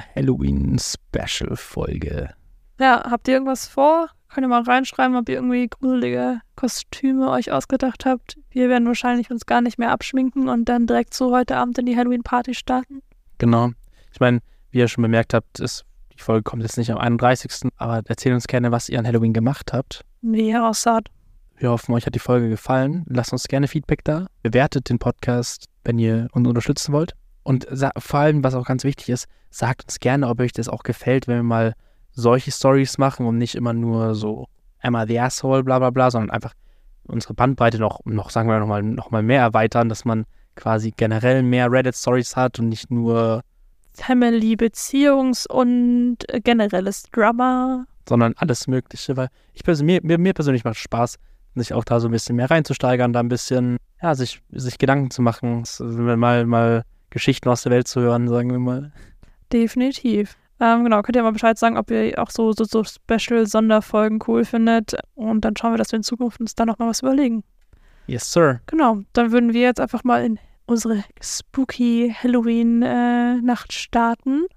Halloween-Special-Folge. Ja, habt ihr irgendwas vor? Könnt ihr mal reinschreiben, ob ihr irgendwie gruselige Kostüme euch ausgedacht habt. Wir werden wahrscheinlich uns gar nicht mehr abschminken und dann direkt so heute Abend in die Halloween-Party starten. Genau. Ich meine, wie ihr schon bemerkt habt, die Folge kommt jetzt nicht am 31., aber erzählt uns gerne, was ihr an Halloween gemacht habt. Wie ihr aussaht. Wir hoffen, euch hat die Folge gefallen. Lasst uns gerne Feedback da. Bewertet den Podcast, wenn ihr uns unterstützen wollt. Und vor allem, was auch ganz wichtig ist, sagt uns gerne, ob euch das auch gefällt, wenn wir mal solche Stories machen und nicht immer nur so Emma the Asshole, bla bla bla, sondern einfach unsere Bandbreite noch sagen wir noch mal mehr erweitern, dass man quasi generell mehr Reddit-Stories hat und nicht nur Family, Beziehungs- und generelles Drama. Sondern alles Mögliche, weil mir persönlich macht es Spaß, sich auch da so ein bisschen mehr reinzusteigern, da ein bisschen, ja, sich Gedanken zu machen, mal Geschichten aus der Welt zu hören, sagen wir mal. Definitiv. Genau, könnt ihr mal Bescheid sagen, ob ihr auch so Special-Sonderfolgen cool findet, und dann schauen wir, dass wir in Zukunft uns da nochmal was überlegen. Yes, sir. Genau, dann würden wir jetzt einfach mal in unsere spooky Halloween-Nacht starten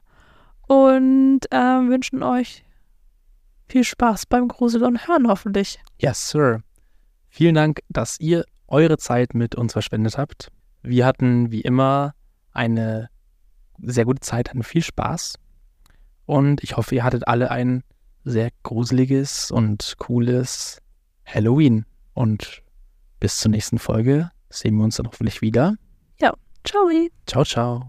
und wünschen euch viel Spaß beim Gruseln und Hören hoffentlich. Yes, sir. Vielen Dank, dass ihr eure Zeit mit uns verschwendet habt. Wir hatten wie immer eine sehr gute Zeit, hatten viel Spaß. Und ich hoffe, ihr hattet alle ein sehr gruseliges und cooles Halloween. Und bis zur nächsten Folge sehen wir uns dann hoffentlich wieder. Ja, ciao. Ciao, ciao.